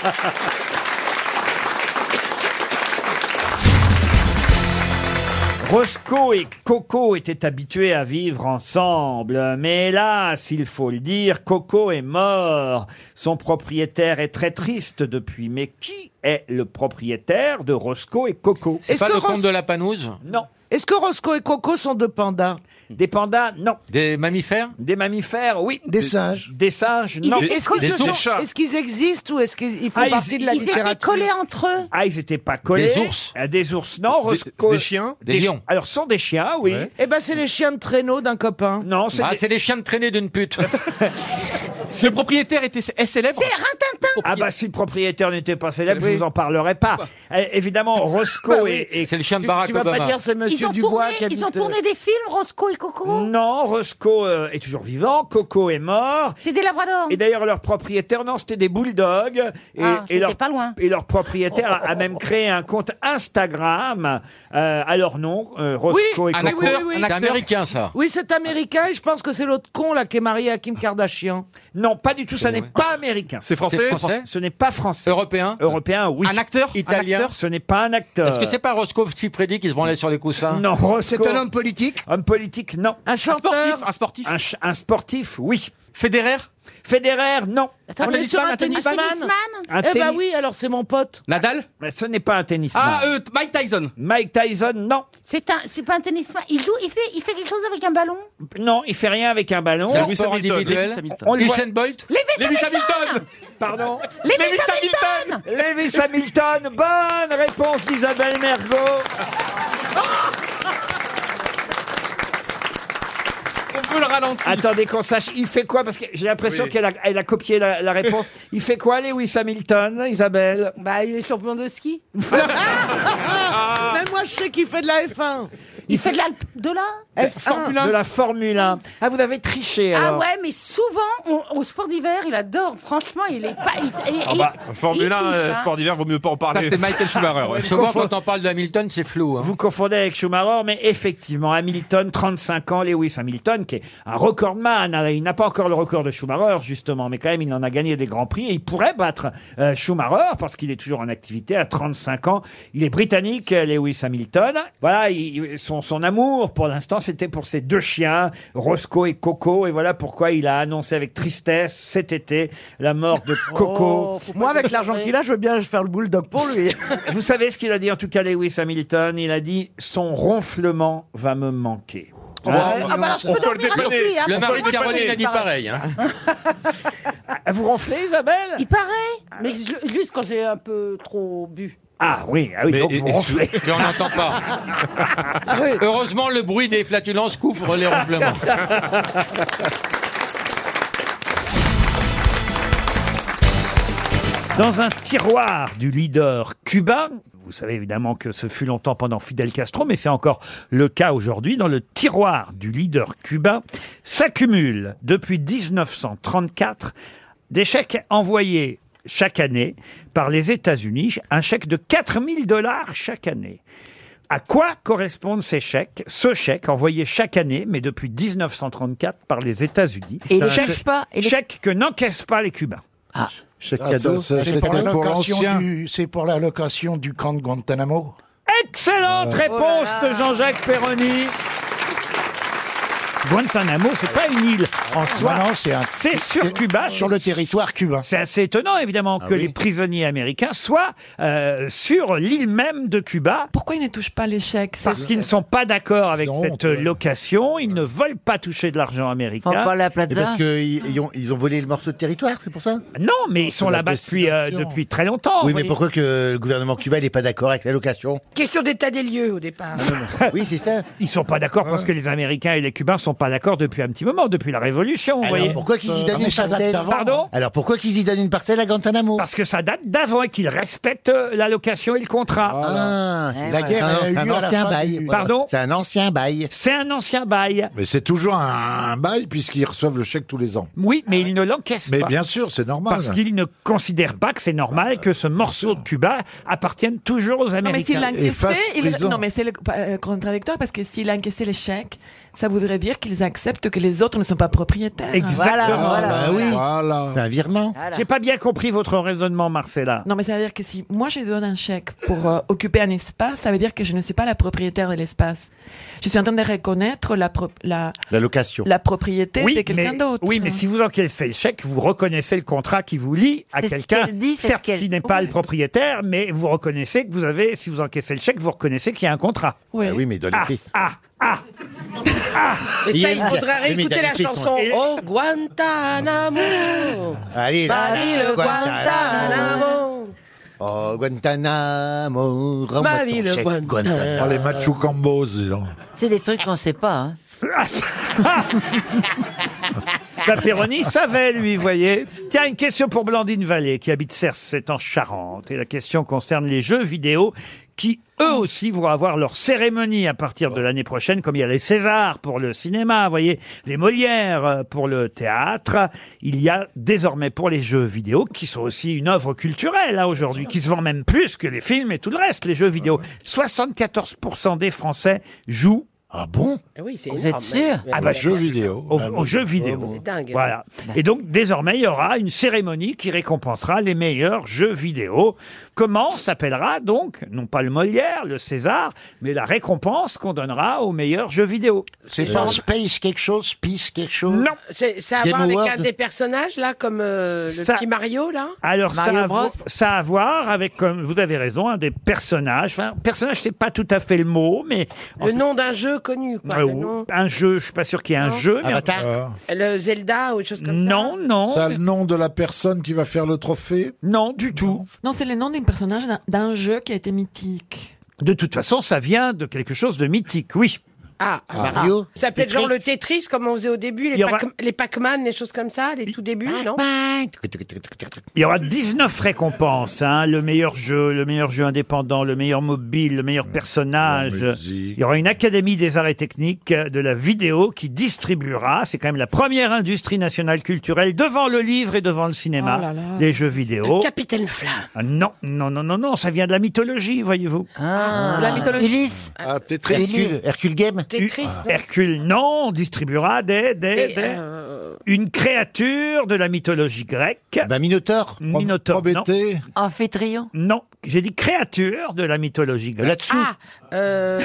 Roscoe et Coco étaient habitués à vivre ensemble, mais hélas, il faut le dire, Coco est mort. Son propriétaire est très triste depuis. Mais qui est le propriétaire de Roscoe et Coco? C'est Est-ce pas que le Ros- comte de la Panouse? Non. Est-ce que Roscoe et Coco sont deux pandas? Des pandas? Non. Des mammifères? Des mammifères? Oui. Des singes. Des singes? Ils- Non. Est-ce qu'ils des se sont- tours. est-ce qu'ils existent ou est-ce qu'ils font Ah, ils- partie de la Ils étaient littérature? collés entre eux. Ah, ils n'étaient pas collés. Des ours. Ah, Des ours, non. Roscoe- des chiens? Des chi- lions. Alors, ce sont des chiens, oui. Ouais. Eh ben, c'est les chiens de traîneau d'un copain. Non, c'est Ah, des- c'est les chiens de traînée d'une pute. Le propriétaire était est célèbre. C'est Rintintin. Ah bah si le propriétaire n'était pas célèbre, je vous en parlerai pas. Euh, évidemment, Roscoe Bah oui. et, et- C'est le chien de Tu, Barack tu vas pas Obama. dire c'est Ils Monsieur ont, Dubois tourné, qui habite... ils ont tourné des films, Roscoe et Coco. Non, Roscoe euh, est toujours vivant, Coco est mort. C'est des labradors. Et d'ailleurs, leur propriétaire, non, c'était des bulldogs. Et, Ah, et c'était leur, pas loin. et leur propriétaire a, a même créé un compte Instagram euh, à leur nom, euh, Oui, Roscoe et un Coco. acteur, oui, oui. C'est américain, ça. Oui, c'est américain et je pense que c'est l'autre con là qui est marié à Kim Kardashian. Non, pas du tout, ça n'est pas américain. C'est français. C'est français. Ce n'est pas français. Européen. Européen, oui. Un acteur italien. Ce n'est pas un acteur. Est-ce que c'est pas Roscoe Siffredi qui se branlait sur les coussins? Non, Roscoe. C'est un homme politique. Homme politique, non. Un Un sportif. chanteur. Un sportif. Un, ch- un sportif, oui. Fédéraire. Federer, non. Attends, on est sur un tennisman. Un Eh ben tennis- oui, alors c'est mon pote. Nadal. Mais ce n'est pas un tennisman. Ah, euh, Mike Tyson. Mike Tyson, non. C'est un, c'est pas un tennisman. Il joue, il fait, il fait quelque chose avec un ballon. Non, il fait rien avec un ballon. C'est un Lewis sport Hamilton. individuel. Lewis Hamilton. On le voit- Usain Bolt. Lewis Lewis Hamilton. Hamilton. Pardon. Lewis Hamilton. Lewis Hamilton, bonne réponse d'Isabelle Mergo. On peut le ralentir. Attendez qu'on sache, il fait quoi? Parce que j'ai l'impression Oui. qu'elle a, elle a copié la, la réponse. Il fait quoi, Lewis Hamilton, Isabelle? Bah, il est champion de ski. Mais moi, je sais qu'il fait de la F un. Il fait de la, de la. F un. De la Formule un. Ah, vous avez triché, Ah alors. ouais, mais souvent on- au sport d'hiver, il adore. Franchement, il est pas. Il, il- Ah bah, il- Formule il un, touche, euh, hein. sport d'hiver, vaut mieux pas en Ça, parler. c'était Michael Schumacher. ouais. Souvent, confond- quand on parle de Hamilton, c'est flou. Hein. Vous confondez avec Schumacher, mais effectivement, Hamilton, trente-cinq ans, Lewis Hamilton, qui est un recordman. hein, Il n'a pas encore le record de Schumacher, justement, mais quand même, il en a gagné des grands prix et il pourrait battre euh, Schumacher parce qu'il est toujours en activité à trente-cinq ans. Il est britannique, euh, Lewis Hamilton. Voilà, il- son, son amour, pour l'instant, c'était pour ses deux chiens, Roscoe et Coco. Et voilà pourquoi il a annoncé avec tristesse cet été la mort de Coco. Moi, avec l'argent qu'il a, je veux bien faire le bulldog pour lui. Vous savez ce qu'il a dit, en tout cas, Lewis Hamilton? Il a dit « Son ronflement va me manquer ». Ah bah alors, je On peux peut le dormir avec dépanner. lui, hein, Le parce mari que de moi, Caroline je- a dit pareil. Hein. Ah, vous ronflez, Isabelle? Il paraît. Mais je- juste quand j'ai un peu trop bu. Ah oui, ah oui, Mais- donc et- vous et- ronflez. Mais on n'entend pas. Heureusement, le bruit des flatulences couvre les ronflements. Dans un tiroir du leader cubain, vous savez évidemment que ce fut longtemps pendant Fidel Castro, mais c'est encore le cas aujourd'hui, dans le tiroir du leader cubain, s'accumulent depuis dix-neuf cent trente-quatre des chèques envoyés chaque année par les États-Unis, un chèque de quatre mille dollars chaque année. À quoi correspondent ces chèques? Ce chèque envoyé chaque année, mais depuis dix-neuf cent trente-quatre par les États-Unis. Et les chèque, chèques pas et les- chèque que n'encaissent pas les Cubains. Chèque Ah, cadeau. ça, ça, C'est pour pour l'allocation l'ancien. du, c'est pour l'allocation du camp de Guantanamo. Excellente Euh, réponse oh là là. de Jean-Jacques Perroni. Guantanamo, c'est pas une île en soi. Non, non, c'est un- C'est sur c'est Cuba. sur le territoire cubain. C'est assez étonnant, évidemment, Ah que oui. les prisonniers américains soient euh, sur l'île même de Cuba. Pourquoi ils ne touchent pas les chèques? C'est- Parce qu'ils ne sont pas d'accord avec Ils ont cette honte, ouais. location. Ils ne veulent pas toucher de l'argent américain. Faut pas la Et plaza. parce qu'ils ils ont, ils ont volé le morceau de territoire, c'est pour ça? Non, mais ils sont la là-bas depuis, euh, destination. depuis très longtemps. Oui, mais voyez. pourquoi que le gouvernement cubain n'est pas d'accord avec la location? Question d'état des lieux au départ. Oui, c'est ça. Ils sont pas d'accord parce que les Américains et les Cubains sont pas d'accord depuis un petit moment, depuis la Révolution, vous Alors voyez. pourquoi qu'ils y Euh, donnent mais une ça date parcelle? d'avant. Pardon Alors pourquoi qu'ils y donnent une parcelle à Guantanamo? Parce que ça date d'avant et qu'ils respectent euh, la location et le contrat. Ah, Eh la ouais. guerre C'est a eu un lieu à la ancien fin bail. du- Pardon C'est un ancien bail. C'est un ancien bail. Mais c'est toujours un, un bail puisqu'ils reçoivent le chèque tous les ans. Oui, mais ils ne l'encaissent Mais pas. bien sûr, c'est normal. Parce qu'ils ne considèrent pas que c'est normal que ce morceau de Cuba appartienne toujours aux Non, mais s'il Américains. a Et face encaissé, il... prison. non, mais c'est le- euh, contradictoire parce que s'il a encaissé les chèques, ça voudrait dire qu'ils acceptent que les autres ne sont pas propriétaires. Exactement. Voilà, Bah oui. Voilà. C'est un virement. Voilà. J'ai pas bien compris votre raisonnement, Marcella. Non, mais ça veut dire que si moi je donne un chèque pour euh, occuper un espace, ça veut dire que je ne suis pas la propriétaire de l'espace. Je suis en train de reconnaître la, pro- la, La location. la propriété Oui, de quelqu'un mais, d'autre. oui, mais si vous encaissez le chèque, vous reconnaissez le contrat qui vous lie à C'est ce quelqu'un, qu'elle dit, c'est certes ce qu'elle- qui n'est pas Oui. le propriétaire, mais vous reconnaissez que vous avez, si vous encaissez le chèque, vous reconnaissez qu'il y a un contrat. Oui. Ah oui, mais il doit Ah, l'écrire. ah, ah. Et Il y ça, a il une- faudrait Oui, mais réécouter il la a écrit son- chanson. Et- Oh, Guantanamo. Allez, là. Ma ville, Guantanamo. Oh, Guantanamo. rends-moi Ma ton ville, chèque, Guantanamo. Oh, les machucambos, dis donc. C'est des trucs qu'on sait pas. Hein. La Péroni savait, lui, vous voyez. Tiens, une question pour Blandine Vallée, qui habite Cers, c'est en Charente. Et la question concerne les jeux vidéo qui, eux aussi, vont avoir leur cérémonie à partir de l'année prochaine, comme il y a les Césars pour le cinéma, vous voyez, les Molières pour le théâtre. Il y a désormais pour les jeux vidéo, qui sont aussi une œuvre culturelle, hein, aujourd'hui, qui se vend même plus que les films et tout le reste, les jeux vidéo. soixante-quatorze pour cent des Français jouent. Ah bon? Oui, c'est Vous énorme. êtes sûr? Ah bah, jeux vidéo. Aux, aux jeux vidéo. C'est dingue. Voilà. Et donc, désormais, il y aura une cérémonie qui récompensera les meilleurs jeux vidéo. Comment s'appellera donc, non pas le Molière, le César, mais la récompense qu'on donnera aux meilleurs jeux vidéo. C'est pas Space quelque chose, Space quelque chose. Non. C'est, ça a à Game voir avec Award. un des personnages, là, comme euh, le Ça- petit Mario, là Alors, ça Mario a, Bros. vo- ça a à voir avec, comme vous avez raison, un des personnages. Enfin, personnage, c'est pas tout à fait le mot, mais. Le nom d'un jeu connu, quoi. Euh, le nom. Un jeu, je suis pas sûr qu'il y ait un Non. jeu. Mais Avatar. Le Zelda ou autre chose comme Non, non. Ça a le nom de la personne qui va faire le trophée? Non, du tout. Non, c'est le nom d'un personnage d'un- d'un jeu qui a été mythique. De toute façon, ça vient de quelque chose de mythique, oui. Ah, Mario. Ça peut être genre Tetris. le Tetris, comme on faisait au début, Il les, y aura- Pac- les Pac-Man, les choses comme ça, les tout débuts, non Il y aura dix-neuf récompenses, hein, le meilleur jeu, le meilleur jeu indépendant, le meilleur mobile, le meilleur personnage. Il y aura une académie des arts et techniques de la vidéo qui distribuera, c'est quand même la première industrie nationale culturelle devant le livre et devant le cinéma, Oh là là. les jeux vidéo. Le Capitaine Flamme. Ah, non, non, non, non, non, ça vient de la mythologie, voyez-vous. Ah. La mythologie. Ulysse. Ah, Tetris. Hercule, Hercule Game. Tetris, non Hercule, non, on distribuera des, des, Et, des- euh, une créature de la mythologie grecque. Bah, Minotaure. Minotaure, non. Amphitryon. Non, j'ai dit créature de la mythologie grecque. Là-dessous. Ah, euh...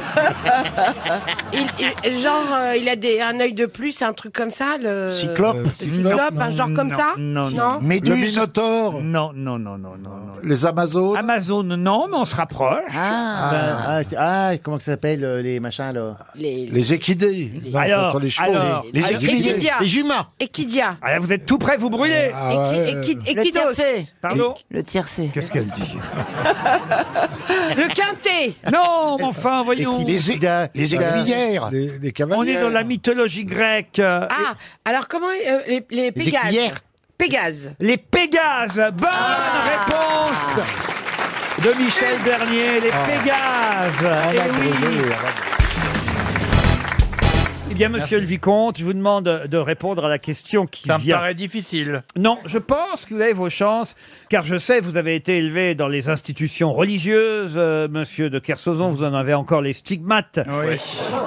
il, il- genre, euh, il a des, un œil de plus, un truc comme ça, le... Cyclope. Le cyclope, un genre comme Non, ça non, non. Le Minotaure. Non, non, non, non, non, non. Les Amazones. Amazon, non, mais on se rapproche. Ah, Ah, ah, c'est- ah, comment que ça s'appelle euh, les machins là? Les... Les équidés. Non, Alors, ce sont les chevaux. alors, Les Ah, équidés. Equidia. Les jumas. Equidia. Ah, là, vous êtes tout près, vous brûlez. Ah Equi- ouais. Equi- Le Equidos. tiercé. Pardon. Le tiercé. Qu'est-ce qu'elle dit? Le quintet. Non, mais enfin, voyons. Les, é- les aiguillères. Les, les On cavaliers. est dans la mythologie grecque. Ah, alors comment euh, les, les Pégases écuyères. Pégases. Les Pégases. Bonne réponse de Michel Bernier. Les Pégases. On a brûlé. Eh bien, monsieur le vicomte, je vous demande de répondre à la question qui Ça me vient. paraît difficile. Non, je pense que vous avez vos chances, car je sais, vous avez été élevé dans les institutions religieuses, euh, monsieur de Kersauzon, vous en avez encore les stigmates. Oui.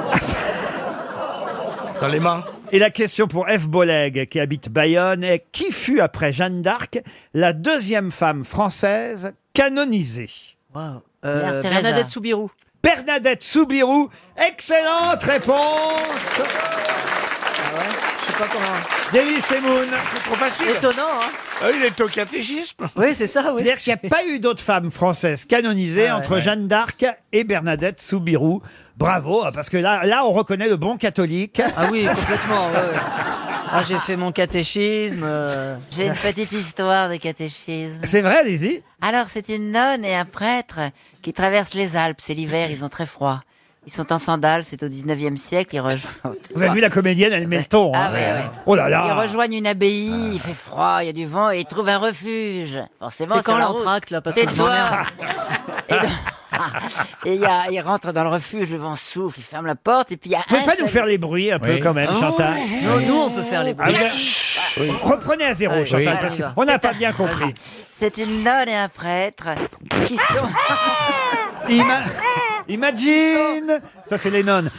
Dans les mains. Et la question pour F. Boleg, qui habite Bayonne, est qui fut, après Jeanne d'Arc, la deuxième femme française canonisée? Wow. Euh, Bernadette Soubirous. Bernadette Soubirous. Excellente réponse Je sais pas comment. d'Elie Semoun. C'est trop facile. Étonnant, hein Ah, il est au catéchisme. Oui, c'est ça, oui. C'est-à-dire qu'il n'y a pas eu d'autres femmes françaises canonisées Ah ouais. entre Ouais. Jeanne d'Arc et Bernadette Soubirous. Bravo, parce que là, là, on reconnaît le bon catholique. Ah oui, complètement, ouais, ouais. Ah, j'ai fait mon catéchisme. euh. J'ai une petite histoire de catéchisme. C'est vrai, allez-y. Alors, c'est une nonne et un prêtre qui traversent les Alpes. C'est l'hiver, ils ont très froid. Ils sont en sandales, c'est au dix-neuvième siècle. Ils rejoignent... Vous avez vu la comédienne, elle met le ton. Ah hein. ouais, ouais. Oh là Ils là. rejoignent une abbaye, il fait froid, il y a du vent et ils trouvent un refuge. Forcément, C'est quand sur la l'entracte, route. là, parce que je Tais-toi. m'emmerde. Et donc- Et il y a, il rentre dans le refuge, le vent souffle, il ferme la porte et puis il y a Vous pouvez un pas nous seul- faire les bruits un peu Oui. quand même, Oh, Chantal? Non, nous, on peut faire les Ah, bruits. ben, reprenez à zéro, Allez, Chantal, oui. parce Allez, qu'on n'a pas bien compris. Ah, C'est une nonne et un prêtre qui sont... Ima- Imagine. Ça, c'est les nonnes.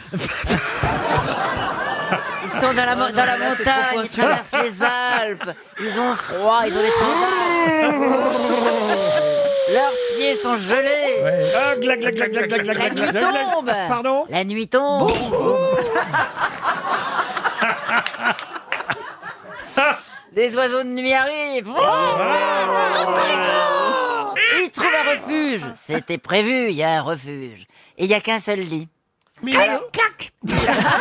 Ils sont dans la, mo- dans la là, c'est trop montagne, ils pointu. traversent les Alpes, ils ont froid, ils ont les sandales. Leurs pieds sont gelés. Ah, glac, glac, glac, glac, glac, glac, La glac, nuit glac, glac. tombe. Pardon? La nuit tombe. Les oiseaux de nuit arrivent. Ils trouvent un refuge. C'était prévu, il y a un refuge. Et il n'y a qu'un seul lit. Alors, clac.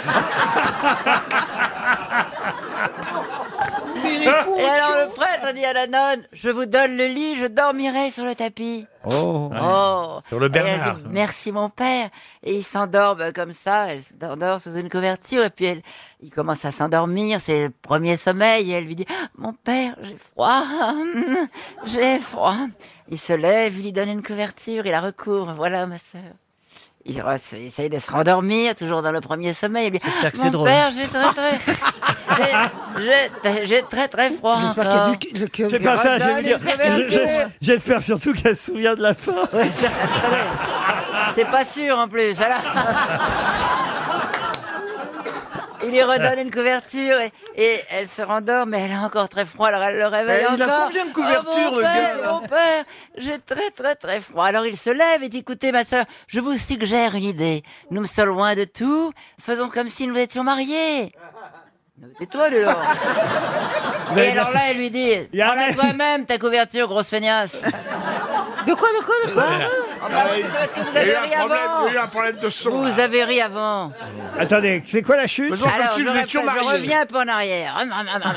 Et alors le prêtre dit à à la nonne, je vous donne le lit, je dormirai sur le tapis. Oh, Oh. Sur le Et elle Bernard. dit, merci mon père. Et il s'endort bah, comme ça, elle s'endort sous une couverture, et puis elle, il commence à s'endormir, c'est le premier sommeil, et elle lui dit, mon père, j'ai froid, j'ai froid. Il se lève, il lui donne une couverture, il la recouvre, voilà ma sœur. Il re- il essaye de se rendormir, toujours dans le premier sommeil. Il lui dit, J'espère que c'est mon drôle. père, j'ai très très, j'ai, j'ai, j'ai très très froid. J'espère qu'il y a encore. du- que- C'est que- pas ça, je vais Redonne vous dire. une couverture. Je- j'es- J'espère surtout qu'elle se souvient de la fin. Ouais, c'est, c'est pas sûr en plus. Voilà. Il lui redonne une couverture et, et elle se rendort, mais elle a encore très froid, alors elle le réveille Mais il a encore. combien de couvertures, Oh, mon le père, gars, là Mon père, j'ai très très très froid. Alors il se lève et dit, écoutez ma soeur, je vous suggère une idée. Nous sommes loin de tout, faisons comme si nous étions mariés. Tais-toi, Léon. Vous avez Et bien alors fait. là, elle lui dit, Il y a un prends-la mec- toi-même, ta couverture, grosse feignasse. De quoi, de quoi, de quoi Ah bah oui, c'est parce que vous Il y a eu avez un ri problème, avant. il y a eu un problème de son. Vous avez ri avant. Attendez, c'est quoi la chute Faisons comme Alors, si je, nous répète, étions je mariés. reviens un peu en arrière. Non,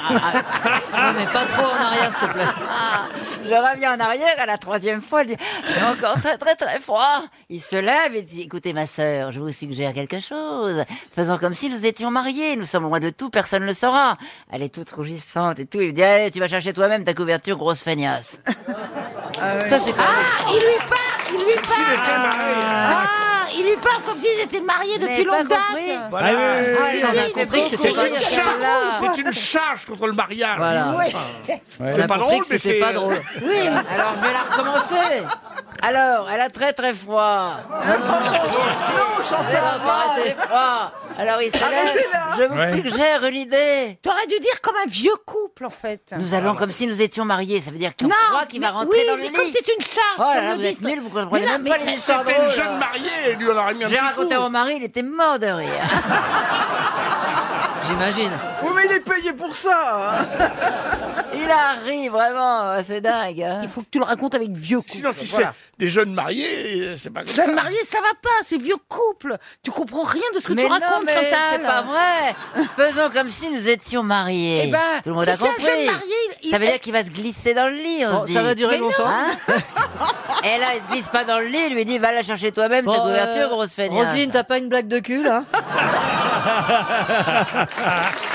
mais pas trop en arrière, s'il te plaît. Ah, je reviens en arrière à la troisième fois. Elle dit, j'ai encore très très très froid. Il se lève et dit, écoutez ma sœur, je vous suggère quelque chose. Faisons comme si nous étions mariés. Nous sommes loin de tout, personne ne le saura. Elle est toute rougissante et tout. Il lui dit, allez, tu vas chercher toi-même ta couverture, grosse feignasse. Ça, c'est quand même Ah, il lui parle, il lui S'il était parle. marié. Ah, il lui parle comme s'ils étaient mariés Vous depuis n'avez pas longue date. compris Voilà. Ah oui, oui, oui. Ah, Si, si, on a si, compris mais que c'est- c'était c'est pas une drôle. charge. C'est une charge contre le mariage. Voilà. Ouais. C'est On a pas compris drôle, que mais c'était c'est pas drôle. Oui, alors je vais la recommencer. Alors, elle a très très froid. Non, non, non. Elle a très froid. Alors il se lève. Je vous Ouais. suggère une idée. T'aurais dû dire comme un vieux couple, en fait. Nous allons comme si nous étions mariés. Ça veut dire qu'on Non, croit qu'il va mais- rentrer oui, dans le mais lit. comme c'est une charge. Oh là comme là, le vous êtes disent- nuls, vous comprenez Mais non, même mais pas c'est- les histoires C'était une drôles. jeune mariée et lui on aurait mis un J'ai petit raconté à coup. mon mari, il était mort de rire. J'imagine. Oui, mais il est payé pour ça. Il a ri, vraiment, c'est dingue. hein. Il faut que tu le racontes avec vieux couple. Sinon, si Voilà. c'est des jeunes mariés, c'est pas comme ça. Jeune marié, ça va pas, c'est vieux couple. Tu comprends rien de ce que Mais tu non, racontes, mais Chantal. c'est pas vrai. Faisons comme si nous étions mariés. Eh ben, Tout le monde si a c'est un compris. jeune marié, il- Ça veut il- dire qu'il va se glisser dans le lit, on Bon, se dit. ça va durer Mais non. longtemps. Hein Et là, il se glisse pas dans le lit, il lui dit, va la chercher toi-même, ta Bon, couverture, euh, grosse feignasse. Roselyne, t'as pas une blague de cul, là